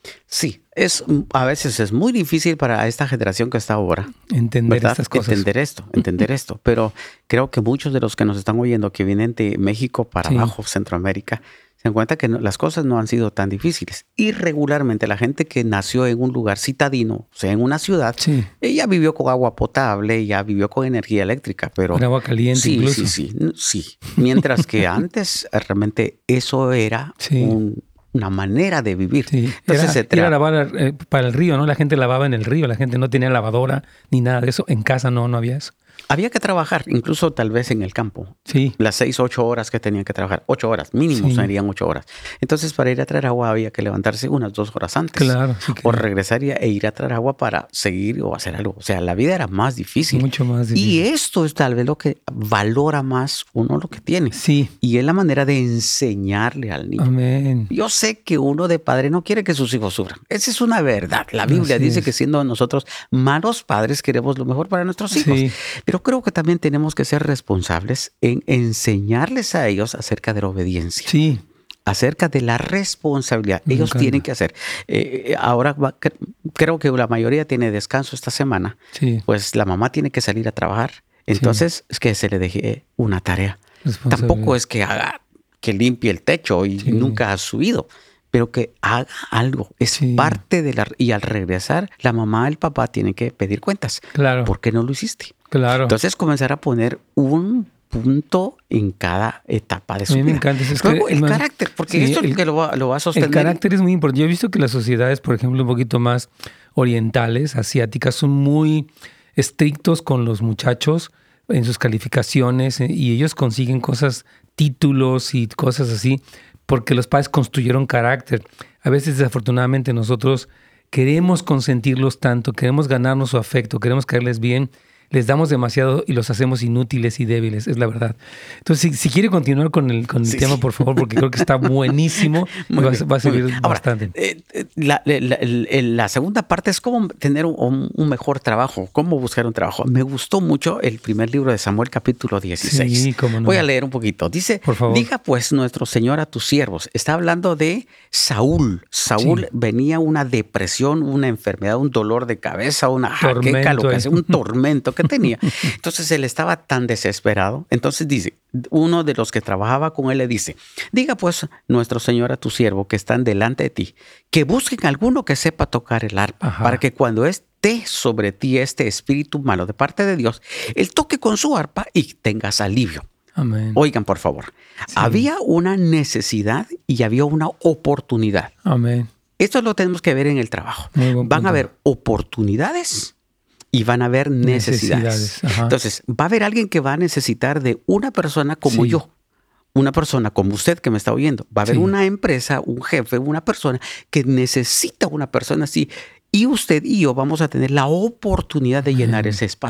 Sí, es, a veces es muy difícil para esta generación que está ahora entender ¿verdad? estas cosas. Entender esto, entender esto. Pero creo que muchos de los que nos están oyendo que vienen de México para sí. abajo, Centroamérica, se dan cuenta que no, las cosas no han sido tan difíciles. Y regularmente la gente que nació en un lugar citadino, o sea, en una ciudad, sí. ella vivió con agua potable, ya vivió con energía eléctrica, pero con agua caliente sí, incluso. Sí, sí, sí. Mientras que antes realmente eso era sí. un una manera de vivir. Sí. Entonces, era, era lavar eh, para el río, ¿no? La gente lavaba en el río, la gente no tenía lavadora ni nada de eso. En casa no, no había eso. Había que trabajar, incluso tal vez en el campo. Sí. Las seis, ocho horas que tenían que trabajar. Ocho horas, mínimo sí. serían ocho horas. Entonces, para ir a traer agua había que levantarse unas dos horas antes. Claro. Sí, o regresar e ir a traer agua para seguir o hacer algo. O sea, la vida era más difícil. Mucho más difícil. Y esto es tal vez lo que valora más uno lo que tiene. Sí. Y es la manera de enseñarle al niño. Amén. Yo sé que uno de padre no quiere que sus hijos sufran. Esa es una verdad. La Biblia Así dice es. que siendo nosotros malos padres queremos lo mejor para nuestros hijos. Sí. Pero creo que también tenemos que ser responsables en enseñarles a ellos acerca de la obediencia. Sí. Acerca de la responsabilidad. Me ellos encanta. tienen que hacer. Eh, ahora va, creo que la mayoría tiene descanso esta semana. Sí. Pues la mamá tiene que salir a trabajar. Entonces sí. es que se le deje una tarea. Tampoco es que haga, que limpie el techo y sí. nunca ha subido. Pero que haga algo. Es sí. parte de la... Y al regresar, la mamá, el papá tienen que pedir cuentas. Claro. ¿Por qué no lo hiciste? Claro. Entonces comenzar a poner un punto en cada etapa de su vida. A mí me encanta. Es Luego que, el más, carácter, porque sí, esto el, es lo que lo va, lo va a sostener. El carácter es muy importante. Yo he visto que las sociedades, por ejemplo, un poquito más orientales, asiáticas, son muy estrictos con los muchachos en sus calificaciones y ellos consiguen cosas, títulos y cosas así, porque los padres construyeron carácter. A veces, desafortunadamente, nosotros queremos consentirlos tanto, queremos ganarnos su afecto, queremos caerles bien, les damos demasiado y los hacemos inútiles y débiles, es la verdad. Entonces, si, si quiere continuar con el, con el sí. tema, por favor, porque creo que está buenísimo, va, bien, va a servir bastante. Ahora, eh, la, la, la, la segunda parte es cómo tener un, un mejor trabajo, cómo buscar un trabajo. Me gustó mucho el primer libro de Samuel, capítulo dieciséis. Sí, cómo no. Voy a leer un poquito. Dice, por favor. Diga pues nuestro Señor a tus siervos. Está hablando de Saúl. Saúl sí. venía una depresión, una enfermedad, un dolor de cabeza, una jaqueca, lo que hace, un tormento que tenía. Entonces él estaba tan desesperado. Entonces dice, uno de los que trabajaba con él le dice, diga pues nuestro Señor a tu siervo que están delante de ti, que busquen alguno que sepa tocar el arpa, Ajá. para que cuando esté sobre ti este espíritu malo de parte de Dios, él toque con su arpa y tengas alivio. Amén. Oigan, por favor, sí. había una necesidad y había una oportunidad. Amén. Esto lo tenemos que ver en el trabajo. Van a haber oportunidades y van a haber necesidades. necesidades. Entonces, va a haber alguien que va a necesitar de una persona como sí. yo, una persona como usted que me está oyendo. Va a haber sí. una empresa, un jefe, una persona que necesita una persona así. Y usted y yo vamos a tener la oportunidad de llenar Amén. ese espacio.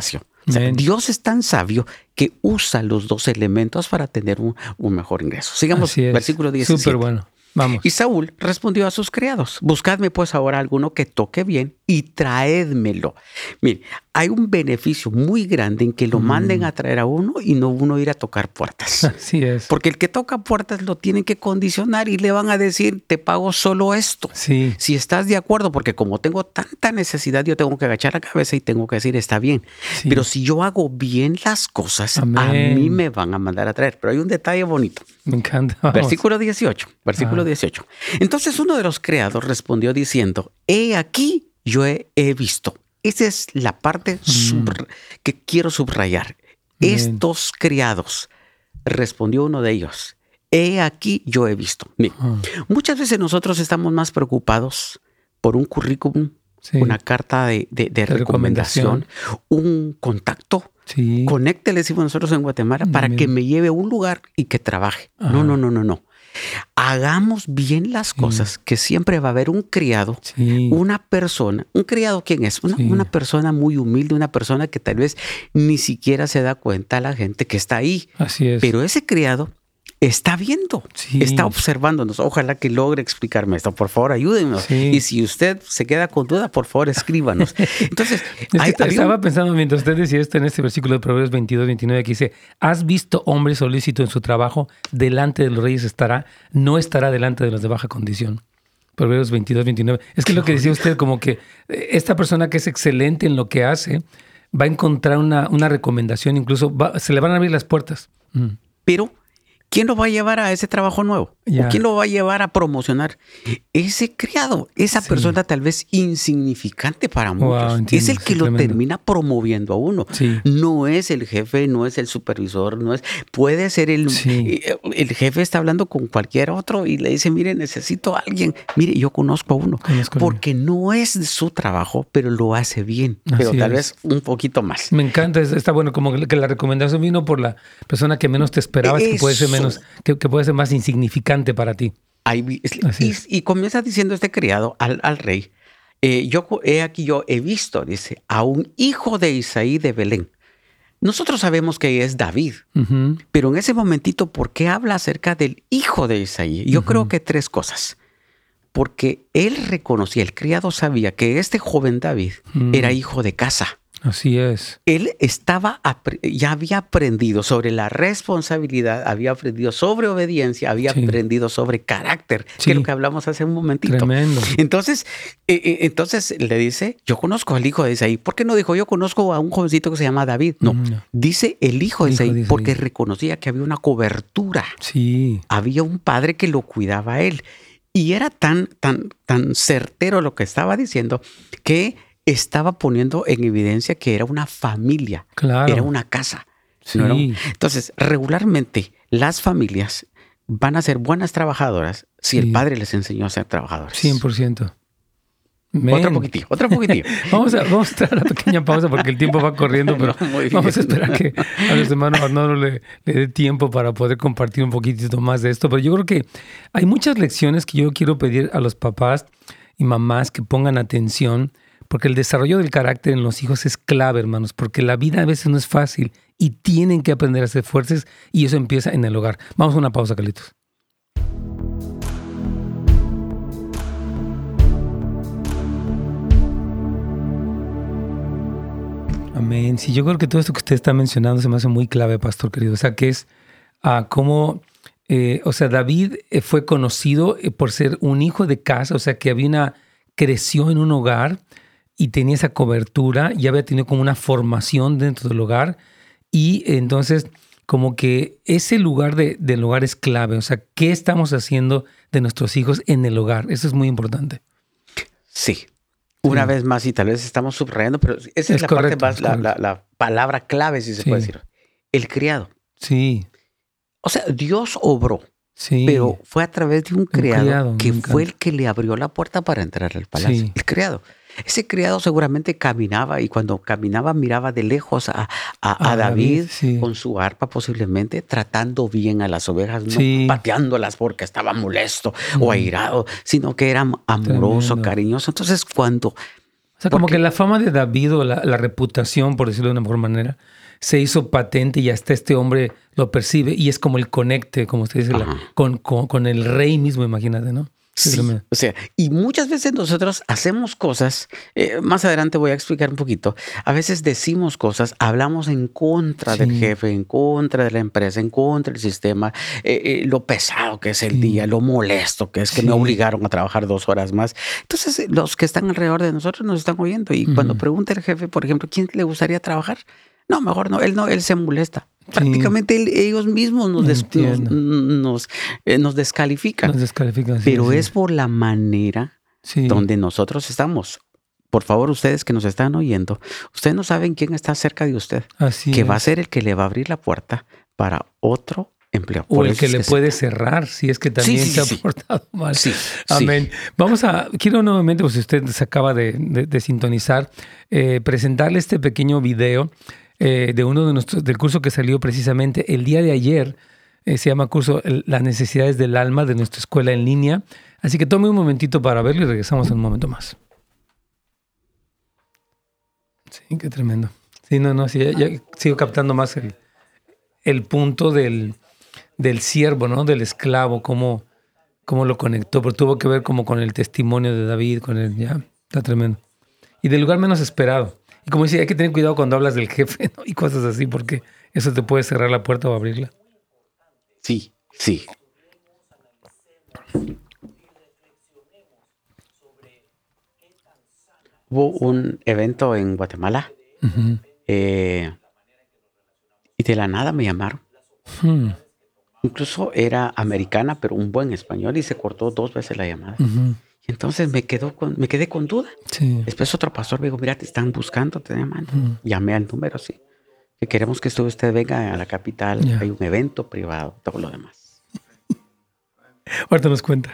O sea, Amén. Dios es tan sabio que usa los dos elementos para tener un, un mejor ingreso. Sigamos, Así es. versículo diecisiete. Súper bueno. Vamos. Y Saúl respondió a sus criados: buscadme pues ahora alguno que toque bien y traédmelo. Mire, hay un beneficio muy grande en que lo manden a traer a uno y no uno ir a tocar puertas. Así es. Porque el que toca puertas lo tienen que condicionar y le van a decir: te pago solo esto. Sí. Si estás de acuerdo, porque como tengo tanta necesidad, yo tengo que agachar la cabeza y tengo que decir: está bien. Sí. Pero si yo hago bien las cosas, Amén. a mí me van a mandar a traer. Pero hay un detalle bonito. Me encanta. Vamos. Versículo dieciocho. Versículo Ah. dieciocho. Entonces uno de los criados respondió diciendo: he aquí, yo he, he visto. Esa es la parte subra- que quiero subrayar. Bien. Estos criados, respondió uno de ellos: he aquí, yo he visto. Mira, Ah. muchas veces nosotros estamos más preocupados por un currículum, Sí. una carta de, de- de De recomendación, un contacto. Sí. Conecte, le decimos nosotros en Guatemala, para Bien. que me lleve a un lugar y que trabaje. Ajá. No, no, no, no, no. Hagamos bien las cosas, que siempre va a haber un criado, Sí. una persona. ¿Un criado quién es? Una, Sí. una persona muy humilde, una persona que tal vez ni siquiera se da cuenta a la gente que está ahí. Así es. Pero ese criado está viendo, Sí. está observándonos. Ojalá que logre explicarme esto. Por favor, ayúdenos. Sí. Y si usted se queda con duda, por favor, escríbanos. Entonces, Es que hay- te- había estaba un- pensando mientras usted decía esto en este versículo de Proverbios veintidós, veintinueve, que dice: ¿has visto hombre solícito en su trabajo? Delante de los reyes estará, no estará delante de los de baja condición. Proverbios veintidós, veintinueve. Es que lo que decía usted, como que eh, esta persona que es excelente en lo que hace, va a encontrar una, una recomendación, incluso va- se le van a abrir las puertas. Mm. Pero, ¿quién lo va a llevar a ese trabajo nuevo? Ya. ¿O quién lo va a llevar a promocionar? Ese criado, esa Sí. persona tal vez insignificante para muchos. entiendo, es el sí, que lo tremendo. termina promoviendo a uno. Sí. No es el jefe, no es el supervisor, no es. Puede ser el. Sí. eh, El jefe está hablando con cualquier otro y le dice: mire, necesito a alguien. Mire, yo conozco a uno. Conozco a porque no es su trabajo, pero lo hace bien. Pero Así tal es. vez un poquito más. Me encanta, es- está bueno, como que la recomendación vino por la persona que menos te esperabas, que puede ser Eso. menos, que, que puede ser más insignificante para ti. Ahí vi- es- Así y, es. y comienza diciendo este criado al, al rey: eh, yo co- he aquí yo he visto, dice, a un hijo de Isaí de Belén. Nosotros sabemos que es David, Ujú. pero en ese momentito, ¿por qué habla acerca del hijo de Isaí? Yo creo que tres cosas. Porque él reconocía, el criado sabía que este joven David Mm. era hijo de casa. Así es. Él estaba, apre- ya había aprendido sobre la responsabilidad, había aprendido sobre obediencia, había Sí. aprendido sobre carácter, Sí. que es lo que hablamos hace un momentito. Tremendo. Entonces, eh, eh, entonces le dice: yo conozco al hijo de Isaí. ¿Por qué no dijo: yo conozco a un jovencito que se llama David? No, Mm, no. dice el hijo de Hijo Isaí, de Isaí. porque reconocía que había una cobertura. Sí. Había un padre que lo cuidaba a él. Y era tan, tan, tan certero lo que estaba diciendo que estaba poniendo en evidencia que era una familia, Claro. era una casa. Sí. ¿no era un- Entonces, regularmente las familias van a ser buenas trabajadoras si Sí. el padre les enseñó a ser trabajadores. cien por ciento. Otro Men. poquitito, otro poquitito. Vamos a, vamos a entrar a la pequeña pausa porque el tiempo va corriendo, pero No, muy bien. vamos a esperar que a los hermanos Arnoldo le, le dé tiempo para poder compartir un poquitito más de esto. Pero yo creo que hay muchas lecciones que yo quiero pedir a los papás y mamás que pongan atención, porque el desarrollo del carácter en los hijos es clave, hermanos, porque la vida a veces no es fácil y tienen que aprender a ser fuertes y eso empieza en el hogar. Vamos a una pausa, Carlitos. Amén. Sí, yo creo que todo esto que usted está mencionando se me hace muy clave, pastor querido. O sea, que es ah, cómo, eh, o sea, David eh, fue conocido eh, por ser un hijo de casa, o sea, que había una, creció en un hogar y tenía esa cobertura, y había tenido como una formación dentro del hogar, y entonces como que ese lugar de, del hogar es clave. O sea, ¿qué estamos haciendo de nuestros hijos en el hogar? Eso es muy importante. Sí. Una Sí. vez más, y tal vez estamos subrayando, pero esa es, Es la correcto, parte más, es la, correcto. la- la palabra clave, si se Sí. puede decir. El criado. Sí, O sea, Dios obró, sí. pero fue a través de un criado, criado, que me fue encanta. el que le abrió la puerta para entrar al palacio. Sí. El criado. Ese criado seguramente caminaba, y cuando caminaba miraba de lejos a, a- a A David, David, sí. con su arpa posiblemente, tratando bien a las ovejas, Sí. no pateándolas porque estaba molesto o airado, sino que era amoroso, Tremendo. cariñoso. Entonces, cuando O sea, como que la fama de David o la, la reputación, por decirlo de una mejor manera, se hizo patente y hasta este hombre lo percibe y es como el conecte, como usted dice, la, con, con, con el rey mismo, imagínate, ¿no? Sí, o sea, y muchas veces nosotros hacemos cosas, eh, más adelante voy a explicar un poquito, a veces decimos cosas, hablamos en contra sí. del jefe, en contra de la empresa, en contra del sistema, eh, eh, lo pesado que es el sí. día, lo molesto que es que sí. me obligaron a trabajar dos horas más. Entonces, los que están alrededor de nosotros nos están oyendo y uh-huh. cuando pregunta el jefe, por ejemplo, ¿quién le gustaría trabajar? No, mejor no, él no, él se molesta. Sí. Prácticamente él, ellos mismos nos, des, nos, nos, eh, nos descalifican. Nos descalifican, sí, pero sí. es por la manera sí. donde nosotros estamos. Por favor, ustedes que nos están oyendo, ustedes no saben quién está cerca de usted, Así que es. va a ser el que le va a abrir la puerta para otro empleo. O por el que le que puede se... cerrar, si es que también sí, sí, se sí. ha portado mal. Sí, Amén. Sí. Vamos a, quiero nuevamente, pues si usted se acaba de, de, de sintonizar, eh, presentarle este pequeño video Eh, de uno de nuestros, del curso que salió precisamente el día de ayer. Eh, se llama curso el, Las necesidades del alma de nuestra escuela en línea. Así que tome un momentito para verlo y regresamos en un momento más. Sí, qué tremendo. Sí, no, no, sí, ya, ya sigo captando más el, el punto del, del siervo, ¿no? Del esclavo, cómo, cómo lo conectó, pero tuvo que ver como con el testimonio de David, con el, ya, está tremendo. Y del lugar menos esperado. Y como decía, hay que tener cuidado cuando hablas del jefe, ¿no? Y cosas así, porque eso te puede cerrar la puerta o abrirla. Sí, sí. Hubo un evento en Guatemala uh-huh. eh, y de la nada me llamaron. Uh-huh. Incluso era americana, pero un buen español y se cortó dos veces la llamada. Uh-huh. Entonces me, quedó con, me quedé con duda. Sí. Después otro pastor me dijo, mira, te están buscando, te llaman. Uh-huh. Llamé al número, sí. Que queremos que usted venga a la capital. Yeah. Hay un evento privado, todo lo demás. Ahorita nos cuenta.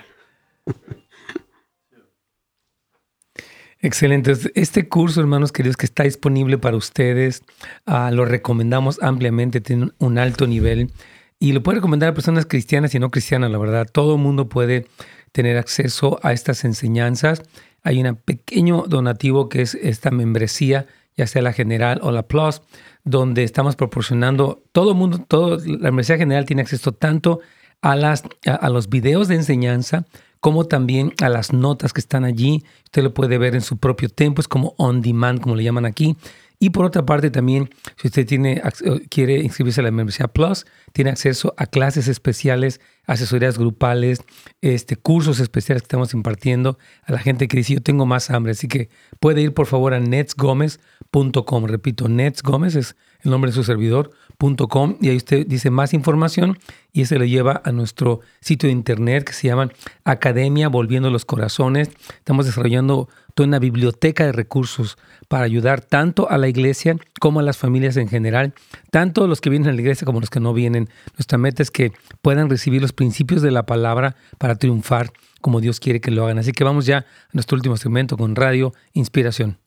Excelente. Este curso, hermanos queridos, que está disponible para ustedes, uh, lo recomendamos ampliamente, tiene un alto nivel y lo puede recomendar a personas cristianas y no cristianas, la verdad. Todo el mundo puede tener acceso a estas enseñanzas. Hay un pequeño donativo que es esta membresía, ya sea la general o la plus, donde estamos proporcionando, todo el mundo, todo, la membresía general tiene acceso tanto a, las, a, a los videos de enseñanza como también a las notas que están allí. Usted lo puede ver en su propio tiempo, es como on demand, como le llaman aquí. Y por otra parte también, si usted tiene, quiere inscribirse a la membresía Plus, tiene acceso a clases especiales, asesorías grupales, este, cursos especiales que estamos impartiendo a la gente que dice, yo tengo más hambre. Así que puede ir por favor a nets gomez punto com. Repito, Nets Gómez es el nombre de su servidor, punto com, y ahí usted dice más información y ese le lleva a nuestro sitio de internet que se llama Academia Volviendo los Corazones. Estamos desarrollando toda una biblioteca de recursos para ayudar tanto a la iglesia como a las familias en general, tanto los que vienen a la iglesia como los que no vienen. Nuestra meta es que puedan recibir los principios de la palabra para triunfar como Dios quiere que lo hagan. Así que vamos ya a nuestro último segmento con Radio Inspiración.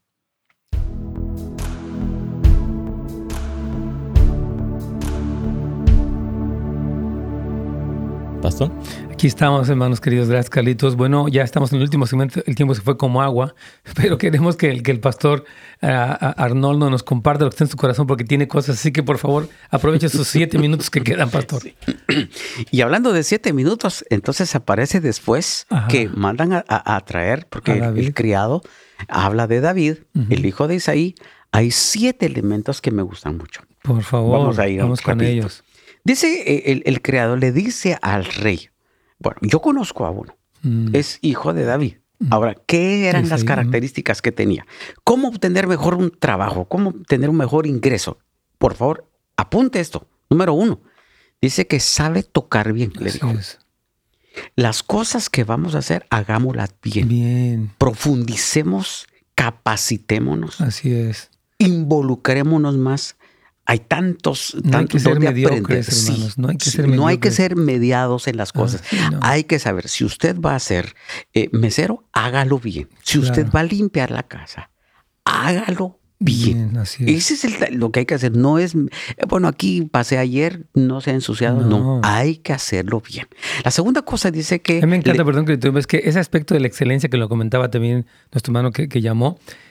Pastor. Aquí estamos, hermanos queridos. Gracias, Carlitos. Bueno, ya estamos en el último segmento. El tiempo se fue como agua, pero queremos que el, que el pastor uh, Arnoldo nos comparta lo que está en su corazón porque tiene cosas. Así que, por favor, aproveche esos siete minutos que quedan, pastor. Sí. Y hablando de siete minutos, entonces aparece después Ajá. que mandan a, a, a traer, porque el criado habla de David, uh-huh. el hijo de Isaí. Hay siete elementos que me gustan mucho. Por favor, vamos, a ir vamos con ellos. Dice el, el creador, le dice al rey, bueno, yo conozco a uno, mm. es hijo de David. Mm. Ahora, ¿qué eran las características que tenía? ¿Cómo obtener mejor un trabajo? ¿Cómo obtener un mejor ingreso? Por favor, apunte esto. Número uno, dice que sabe tocar bien, le dijo. Es. Las cosas que vamos a hacer, hagámoslas bien. Bien. Profundicemos, capacitémonos. Así es. Involucrémonos más. Hay tantos, no tantos hay que ser mediocres, sí, hermanos. No hay que sí, ser mediocres. No hay que ser mediados en las cosas. Ah, sí, no. Hay que saber, si usted va a ser eh, mesero, hágalo bien. Si claro. usted va a limpiar la casa, hágalo bien. bien así es. Ese es el, lo que hay que hacer. No es, bueno, aquí pasé ayer, no se ha ensuciado. No. no, hay que hacerlo bien. La segunda cosa dice que... A mí me encanta, le, perdón, que tú ves que ese aspecto de la excelencia que lo comentaba también nuestro hermano que, que llamó,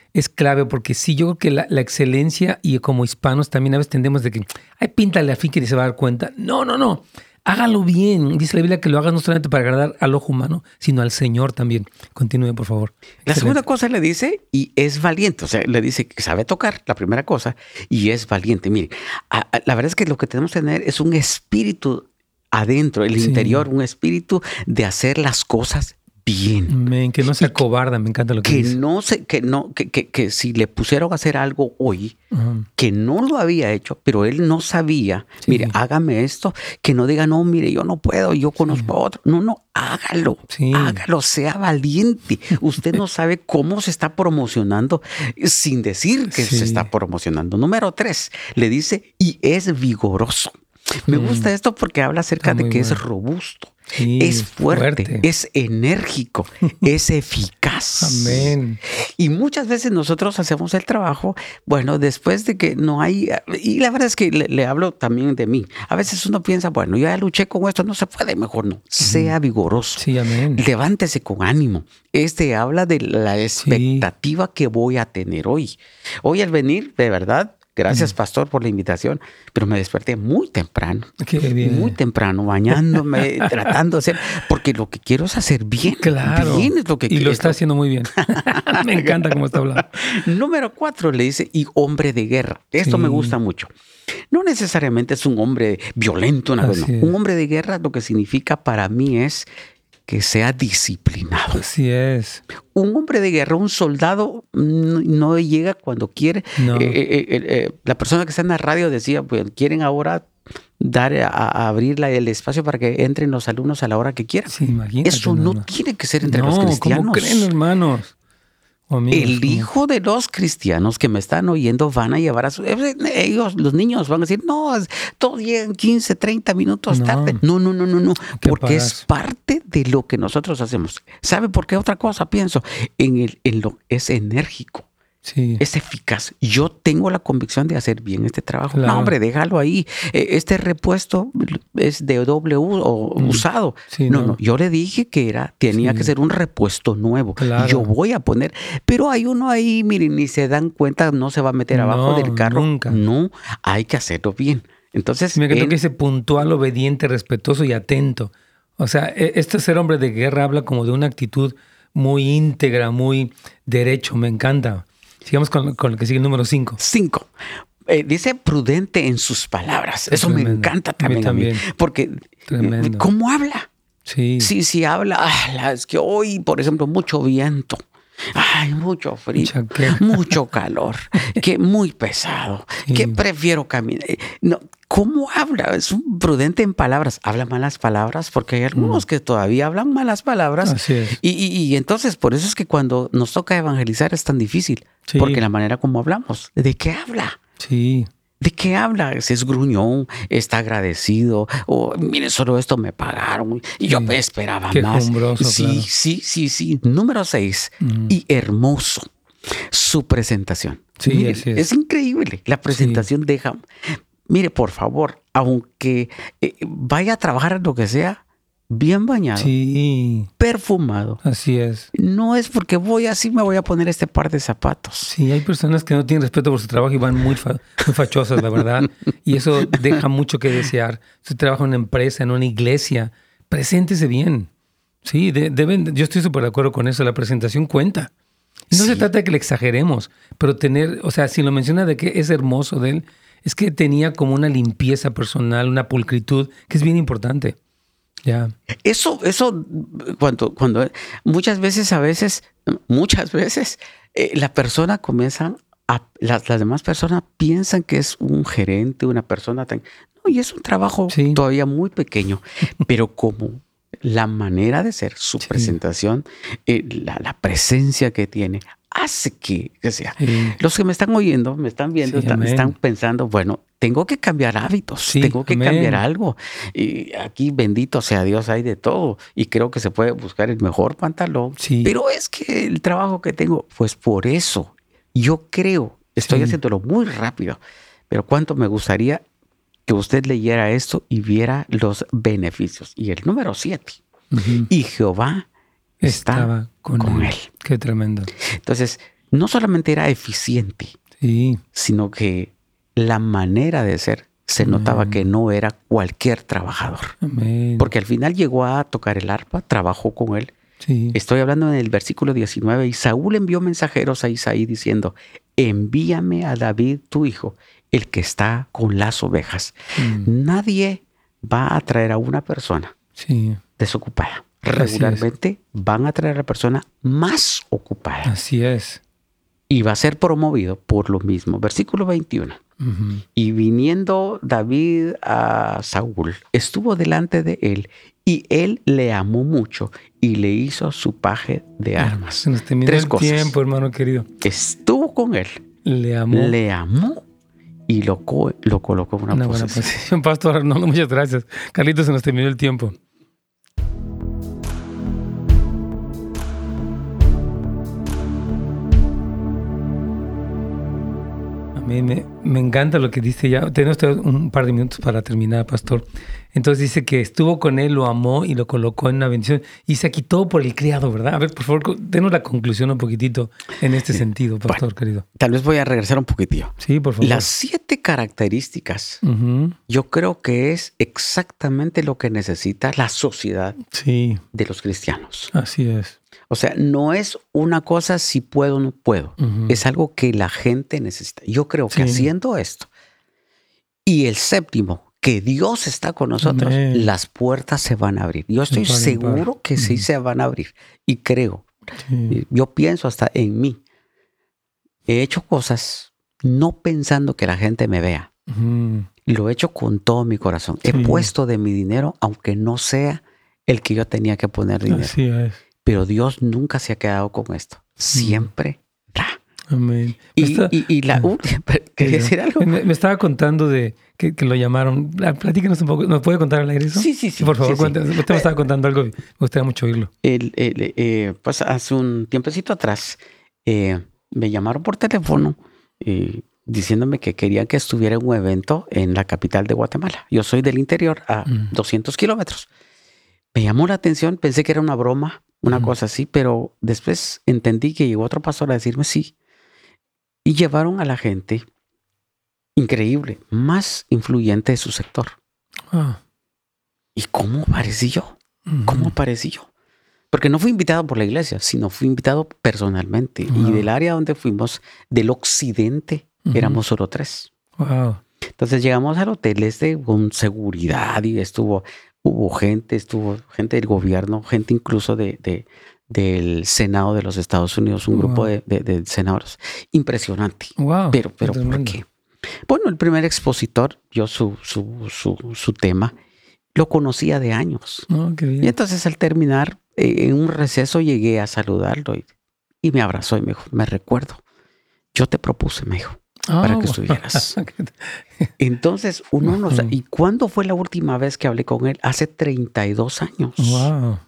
es clave porque sí, yo creo que la, la excelencia y como hispanos también a veces tendemos de que, ay, píntale a fin que ni se va a dar cuenta. No, no, no. Hágalo bien. Dice la Biblia que lo hagas no solamente para agradar al ojo humano, sino al Señor también. Continúe, por favor. La Excelente. segunda cosa le dice, y es valiente. O sea, le dice que sabe tocar, la primera cosa, y es valiente. Mire, a, a, la verdad es que lo que tenemos que tener es un espíritu adentro, el Sí. interior, un espíritu de hacer las cosas bien. Amén. Que no se acobarda, me encanta lo que, Que dice. no se, que no, que, que, que si le pusieron a hacer algo hoy, Ajá. que no lo había hecho, pero él no sabía, Sí. mire, hágame esto, que no diga, no, mire, yo no puedo, yo conozco a otro. No, no, hágalo, Sí. hágalo, sea valiente. Usted no sabe cómo se está promocionando sin decir que Sí. se está promocionando. Número tres, le dice, y es vigoroso. Me Mm. gusta esto porque habla acerca Está de muy que bueno. es robusto, Sí, es fuerte, fuerte. es enérgico, es eficaz. Amén. Y muchas veces nosotros hacemos el trabajo, bueno, después de que no hay, y la verdad es que le, le hablo también de mí. A veces uno piensa, bueno, yo ya luché con esto, no se puede, mejor no. Sea vigoroso. Sí, amén. Levántese con ánimo. Este habla de la expectativa que voy a tener hoy. Hoy al venir, de verdad, gracias, pastor, por la invitación, pero me desperté muy temprano. Qué bien. Muy temprano, bañándome, tratando de hacer, porque lo que quiero es hacer bien. Claro. Bien es lo que y quiero. lo está haciendo muy bien. Me encanta cómo está hablando. Número cuatro le dice, y hombre de guerra. Esto Sí. me gusta mucho. No necesariamente es un hombre violento, una cosa, Así no. es. Un hombre de guerra lo que significa para mí es que sea disciplinado. Así es. Un hombre de guerra, un soldado, no, no llega cuando quiere. No. Eh, eh, eh, eh, la persona que está en la radio decía, pues quieren ahora dar a, a abrir la- el espacio para que entren los alumnos a la hora que quieran. Sí, imagínate. Eso no hermano. tiene que ser entre no, los cristianos. ¿cómo creen, hermanos? O amigos, El ¿cómo? hijo de los cristianos que me están oyendo van a llevar a su... Ellos, los niños, van a decir, no, es- todos llegan quince, treinta minutos No. tarde. No, no, no, no, no. que Porque es pagas. parte de lo que nosotros hacemos. ¿Sabe por qué otra cosa pienso? En, el, en lo es enérgico. Sí. Es eficaz. Yo tengo la convicción de hacer bien este trabajo. Claro. No, hombre, déjalo ahí. Eh, Este repuesto es de doble U o Mm. usado. Sí, no, no. no. Yo le dije que era, tenía Sí. que ser un repuesto nuevo. Claro. Yo voy a poner, pero hay uno ahí, miren, ni se dan cuenta, no se va a meter abajo No, del carro. nunca. No, hay que hacerlo bien. Entonces, Me encantó él- que dice puntual, obediente, respetuoso y atento. O sea, e- este ser hombre de guerra habla como de una actitud muy íntegra, muy derecho. Me encanta. Sigamos con, con el que sigue el número cinco. Cinco. Eh, dice prudente en sus palabras. Eso me Tremendo. encanta A mí también a mí. también. Porque, Tremendo. ¿cómo habla? Sí. Sí, sí habla. Ah, la- es que hoy, por ejemplo, mucho viento. Ay, mucho frío, Mucha qué. mucho calor, que muy pesado, Sí. que prefiero caminar. Eh, No, ¿cómo habla? Es un prudente en palabras. Habla malas palabras porque hay algunos que todavía hablan malas palabras. Mm. Así es. Y, y- y entonces, por eso es que cuando nos toca evangelizar es tan difícil. Sí. Porque la manera como hablamos, ¿de qué habla? Sí. ¿De qué habla? Si es gruñón, está agradecido, o mire, solo esto me pagaron y yo Sí. esperaba Qué más. quejumbroso, Sí, claro. sí, sí, sí. Número seis, Ujú. y hermoso su presentación. Sí, Mire, así es. es increíble. La presentación deja. Mire, por favor, aunque eh, vaya a trabajar en lo que sea, bien bañado, Sí. perfumado. Así es. No es porque voy así, me voy a poner este par de zapatos. Sí, hay personas que no tienen respeto por su trabajo y van muy, fa- muy fachosas, la verdad. Y eso deja mucho que desear. Si trabaja en una empresa, en una iglesia, preséntese bien. Sí, de- deben, yo estoy súper de acuerdo con eso. La presentación cuenta. Y no Sí. se trata de que le exageremos, pero tener, o sea, si lo menciona de que es hermoso de él, es que tenía como una limpieza personal, una pulcritud, que es bien importante. Ya. Eso, eso, cuando, cuando muchas veces, a veces, muchas veces, eh, la persona comienza a, las, las demás personas piensan que es un gerente, una persona tan, no, y es un trabajo Sí. todavía muy pequeño, pero como la manera de ser, su Sí. presentación, eh, la, la presencia que tiene, hace que, que sea. Sí. Los que me están oyendo, me están viendo, Sí, están, amén. están pensando, bueno, tengo que cambiar hábitos, Sí, tengo que amén. cambiar algo. Y aquí, bendito sea Dios, hay de todo. Y creo que se puede buscar el mejor pantalón. Sí. Pero es que el trabajo que tengo, pues por eso, yo creo, estoy Sí. haciéndolo muy rápido, pero cuánto me gustaría que usted leyera esto y viera los beneficios. Y el número siete, Ujú. y Jehová está Estaba con, con él. él. Qué tremendo. Entonces, no solamente era eficiente, Sí. sino que la manera de ser se Amén. notaba que no era cualquier trabajador. Amén. Porque al final llegó a tocar el arpa, trabajó con él. Sí. Estoy hablando en el versículo diecinueve. Y Saúl envió mensajeros a Isaí diciendo, envíame a David tu hijo, el que está con las ovejas. Mm. Nadie va a traer a una persona Sí. desocupada. Así Regularmente van a traer a la persona más ocupada. Así es. Y va a ser promovido por lo mismo. Versículo veintiuno. Ujú. Y viniendo David a Saúl, estuvo delante de él, y él le amó mucho y le hizo su paje de armas. Se nos terminó Tres el cosas. tiempo, hermano querido. Estuvo con él, Le amó. le amó y lo, co- lo colocó en una, Una buena posición. posición, Pastor Arnoldo. Muchas gracias. Carlitos, se nos terminó el tiempo. Amén. Me, me encanta lo que dice ya. Tenemos todavía un par de minutos para terminar, Pastor. Entonces dice que estuvo con él, lo amó y lo colocó en una bendición y se quitó por el criado, ¿verdad? A ver, por favor, denos la conclusión un poquitito en este sentido, Pastor Bueno, querido. Tal vez voy a regresar un poquitillo. Sí, por favor. Las siete características, Ujú. yo creo que es exactamente lo que necesita la sociedad Sí, de los cristianos. así es. O sea, no es una cosa si puedo o no puedo. Ujú. Es algo que la gente necesita. Yo creo que Sí. haciendo esto, y el séptimo, que Dios está con nosotros, Amén. las puertas se van a abrir. Yo estoy par en seguro par. que sí Ujú. se van a abrir. Y creo, Sí. yo pienso hasta en mí. He hecho cosas no pensando que la gente me vea. Ujú. Lo he hecho con todo mi corazón. He Sí. puesto de mi dinero, aunque no sea el que yo tenía que poner dinero. Así es. Pero Dios nunca se ha quedado con esto. Siempre da. Amén. Me Y, está- y, y la última, ¿quería decir algo? Me, me estaba contando de que, que lo llamaron. Ah, platícanos un poco. ¿Nos puede contar al aire eso? Sí, sí, sí. Por favor, sí, sí. cuéntanos. Usted me estaba contando algo. Me gustaría mucho oírlo. El- el, eh, pues hace un tiempecito atrás eh, me llamaron por teléfono eh, diciéndome que querían que estuviera en un evento en la capital de Guatemala. Yo soy del interior a Mm. doscientos kilómetros. Me llamó la atención, pensé que era una broma, una Mm. cosa así, pero después entendí que llegó otro pastor a decirme sí. Y llevaron a la gente increíble, más influyente de su sector. Ah. ¿Y cómo aparecí yo? ¿Cómo Ujú. aparecí yo? Porque no fui invitado por la iglesia, sino fui invitado personalmente. Wow. Y del área donde fuimos, del occidente, Ujú. éramos solo tres. Wow. Entonces llegamos al hotel este con seguridad y estuvo, hubo gente, estuvo gente del gobierno, gente incluso de, de- del Senado de los Estados Unidos, un grupo Wow. de, de- de senadores. Impresionante. Wow. Pero, pero ¿por Tremendo. qué? Bueno, el primer expositor, yo su, su, su, su tema, lo conocía de años. No, qué bien. Y entonces al terminar, eh, en un receso llegué a saludarlo y, y me abrazó y me dijo, me recuerdo, yo te propuse, me dijo, para Ah, que wow. estuvieras. Entonces uno no sabe. ¿Y cuándo fue la última vez que hablé con él? Hace treinta y dos años. Wow.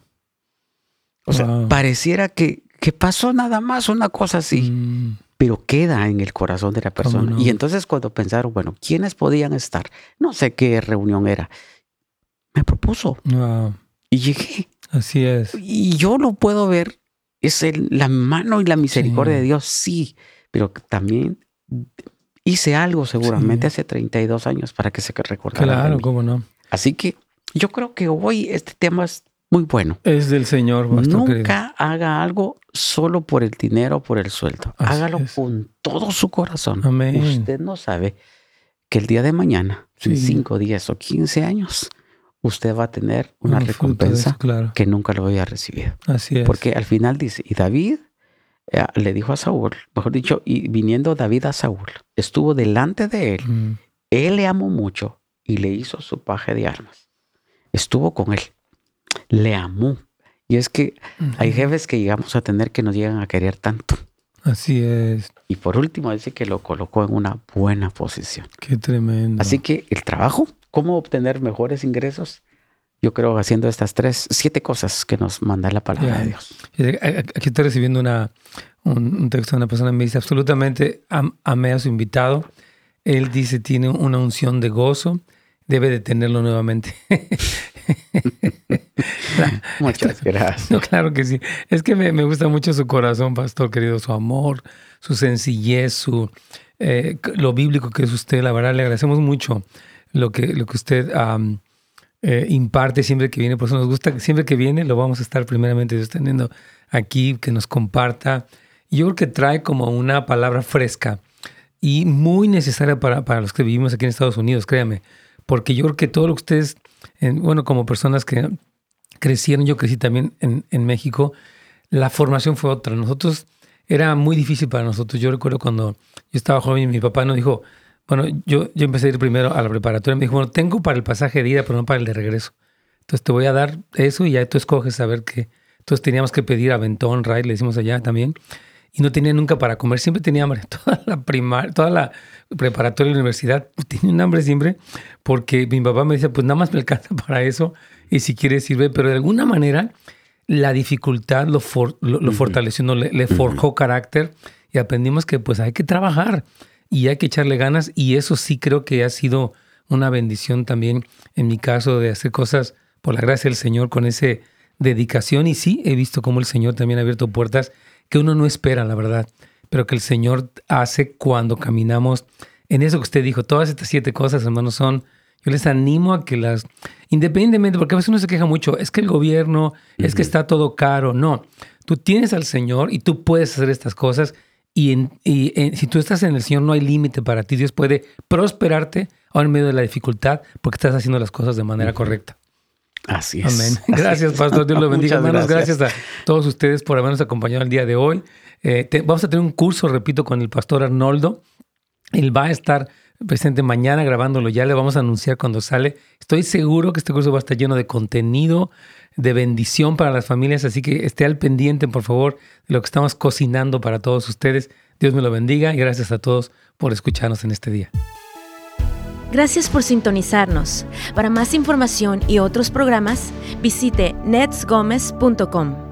O sea, Wow. pareciera que, que pasó nada más una cosa así, Mm. pero queda en el corazón de la persona. no? Y entonces cuando pensaron, bueno, ¿quiénes podían estar? No sé qué reunión era. Me propuso Wow. y llegué. Así es. Y yo lo puedo ver, es el- la mano y la misericordia Sí. de Dios, sí, pero también hice algo seguramente Sí. hace treinta y dos años para que se recordara de Claro, mí. cómo no. Así que yo creo que hoy este tema es muy bueno. Es del Señor, Pastor querido. Nunca haga algo solo por el dinero, por el sueldo. Así Hágalo es. con todo su corazón. Amén. Usted no sabe que el día de mañana, en Sí. cinco, diez o quince años, usted va a tener una Un fruto de eso, recompensa claro. que nunca lo había recibido. Así es. Porque al final dice, y David eh, le dijo a Saúl, mejor dicho, y viniendo David a Saúl, estuvo delante de él, Mm. él le amó mucho y le hizo su paje de armas. Estuvo con él, le amó. Y es que hay jefes que llegamos a tener que nos llegan a querer tanto. Así es. Y por último dice que lo colocó en una buena posición. Qué tremendo. Así que el trabajo, cómo obtener mejores ingresos, yo creo haciendo estas tres, siete cosas que nos manda la palabra Ya. de Dios. Aquí estoy recibiendo una, un, un texto de una persona que me dice, absolutamente am- amé a su invitado. Él dice, tiene una unción de gozo, debe de tenerlo nuevamente. Muchas gracias. No, claro que sí. Es que me, me gusta mucho su corazón, pastor querido, su amor, su sencillez, su eh, lo bíblico que es usted. La verdad, le agradecemos mucho lo que, lo que usted um, eh, imparte siempre que viene. Por eso nos gusta que siempre que viene lo vamos a estar primeramente teniendo aquí, que nos comparta. Yo creo que trae como una palabra fresca y muy necesaria para, para los que vivimos aquí en Estados Unidos, créame. Porque yo creo que todo lo que ustedes, en, bueno, como personas que crecieron, yo crecí también en, en México, la formación fue otra. Nosotros, era muy difícil para nosotros. Yo recuerdo cuando yo estaba joven y mi papá nos dijo, bueno, yo, yo empecé a ir primero a la preparatoria. Me dijo, bueno, tengo para el pasaje de ida, pero no para el de regreso. Entonces te voy a dar eso y ya tú escoges a ver qué. Entonces teníamos que pedir aventón, Ray, le decimos allá también. Y no tenía nunca para comer. Siempre tenía hambre. Toda la primaria, toda la preparatoria de la universidad, pues, tenía un hambre siempre porque mi papá me decía, pues nada más me alcanza para eso y si quieres sirve. Pero de alguna manera la dificultad lo, for, lo, lo uh-huh. fortaleció, no, le, le forjó uh-huh. carácter y aprendimos que pues hay que trabajar y hay que echarle ganas. Y eso sí creo que ha sido una bendición también en mi caso de hacer cosas por la gracia del Señor con esa dedicación. Y sí, he visto cómo el Señor también ha abierto puertas que uno no espera, la verdad, pero que el Señor hace cuando caminamos en eso que usted dijo. Todas estas siete cosas, hermanos, son, yo les animo a que las, independientemente, porque a veces uno se queja mucho, es que el gobierno, uh-huh. es que está todo caro. No, tú tienes al Señor y tú puedes hacer estas cosas y, en, y en, si tú estás en el Señor no hay límite para ti. Dios puede prosperarte aún en medio de la dificultad porque estás haciendo las cosas de manera uh-huh. correcta. Así es. Amén. Gracias, pastor. Dios lo bendiga. Hermanos, gracias. gracias a todos ustedes por habernos acompañado el día de hoy. Eh, te, vamos a tener un curso, repito, con el pastor Arnoldo. Él va a estar presente mañana grabándolo. Ya le vamos a anunciar cuando sale. Estoy seguro que este curso va a estar lleno de contenido, de bendición para las familias. Así que esté al pendiente, por favor, de lo que estamos cocinando para todos ustedes. Dios me lo bendiga y gracias a todos por escucharnos en este día. Gracias por sintonizarnos. Para más información y otros programas, visite nets gomez punto com.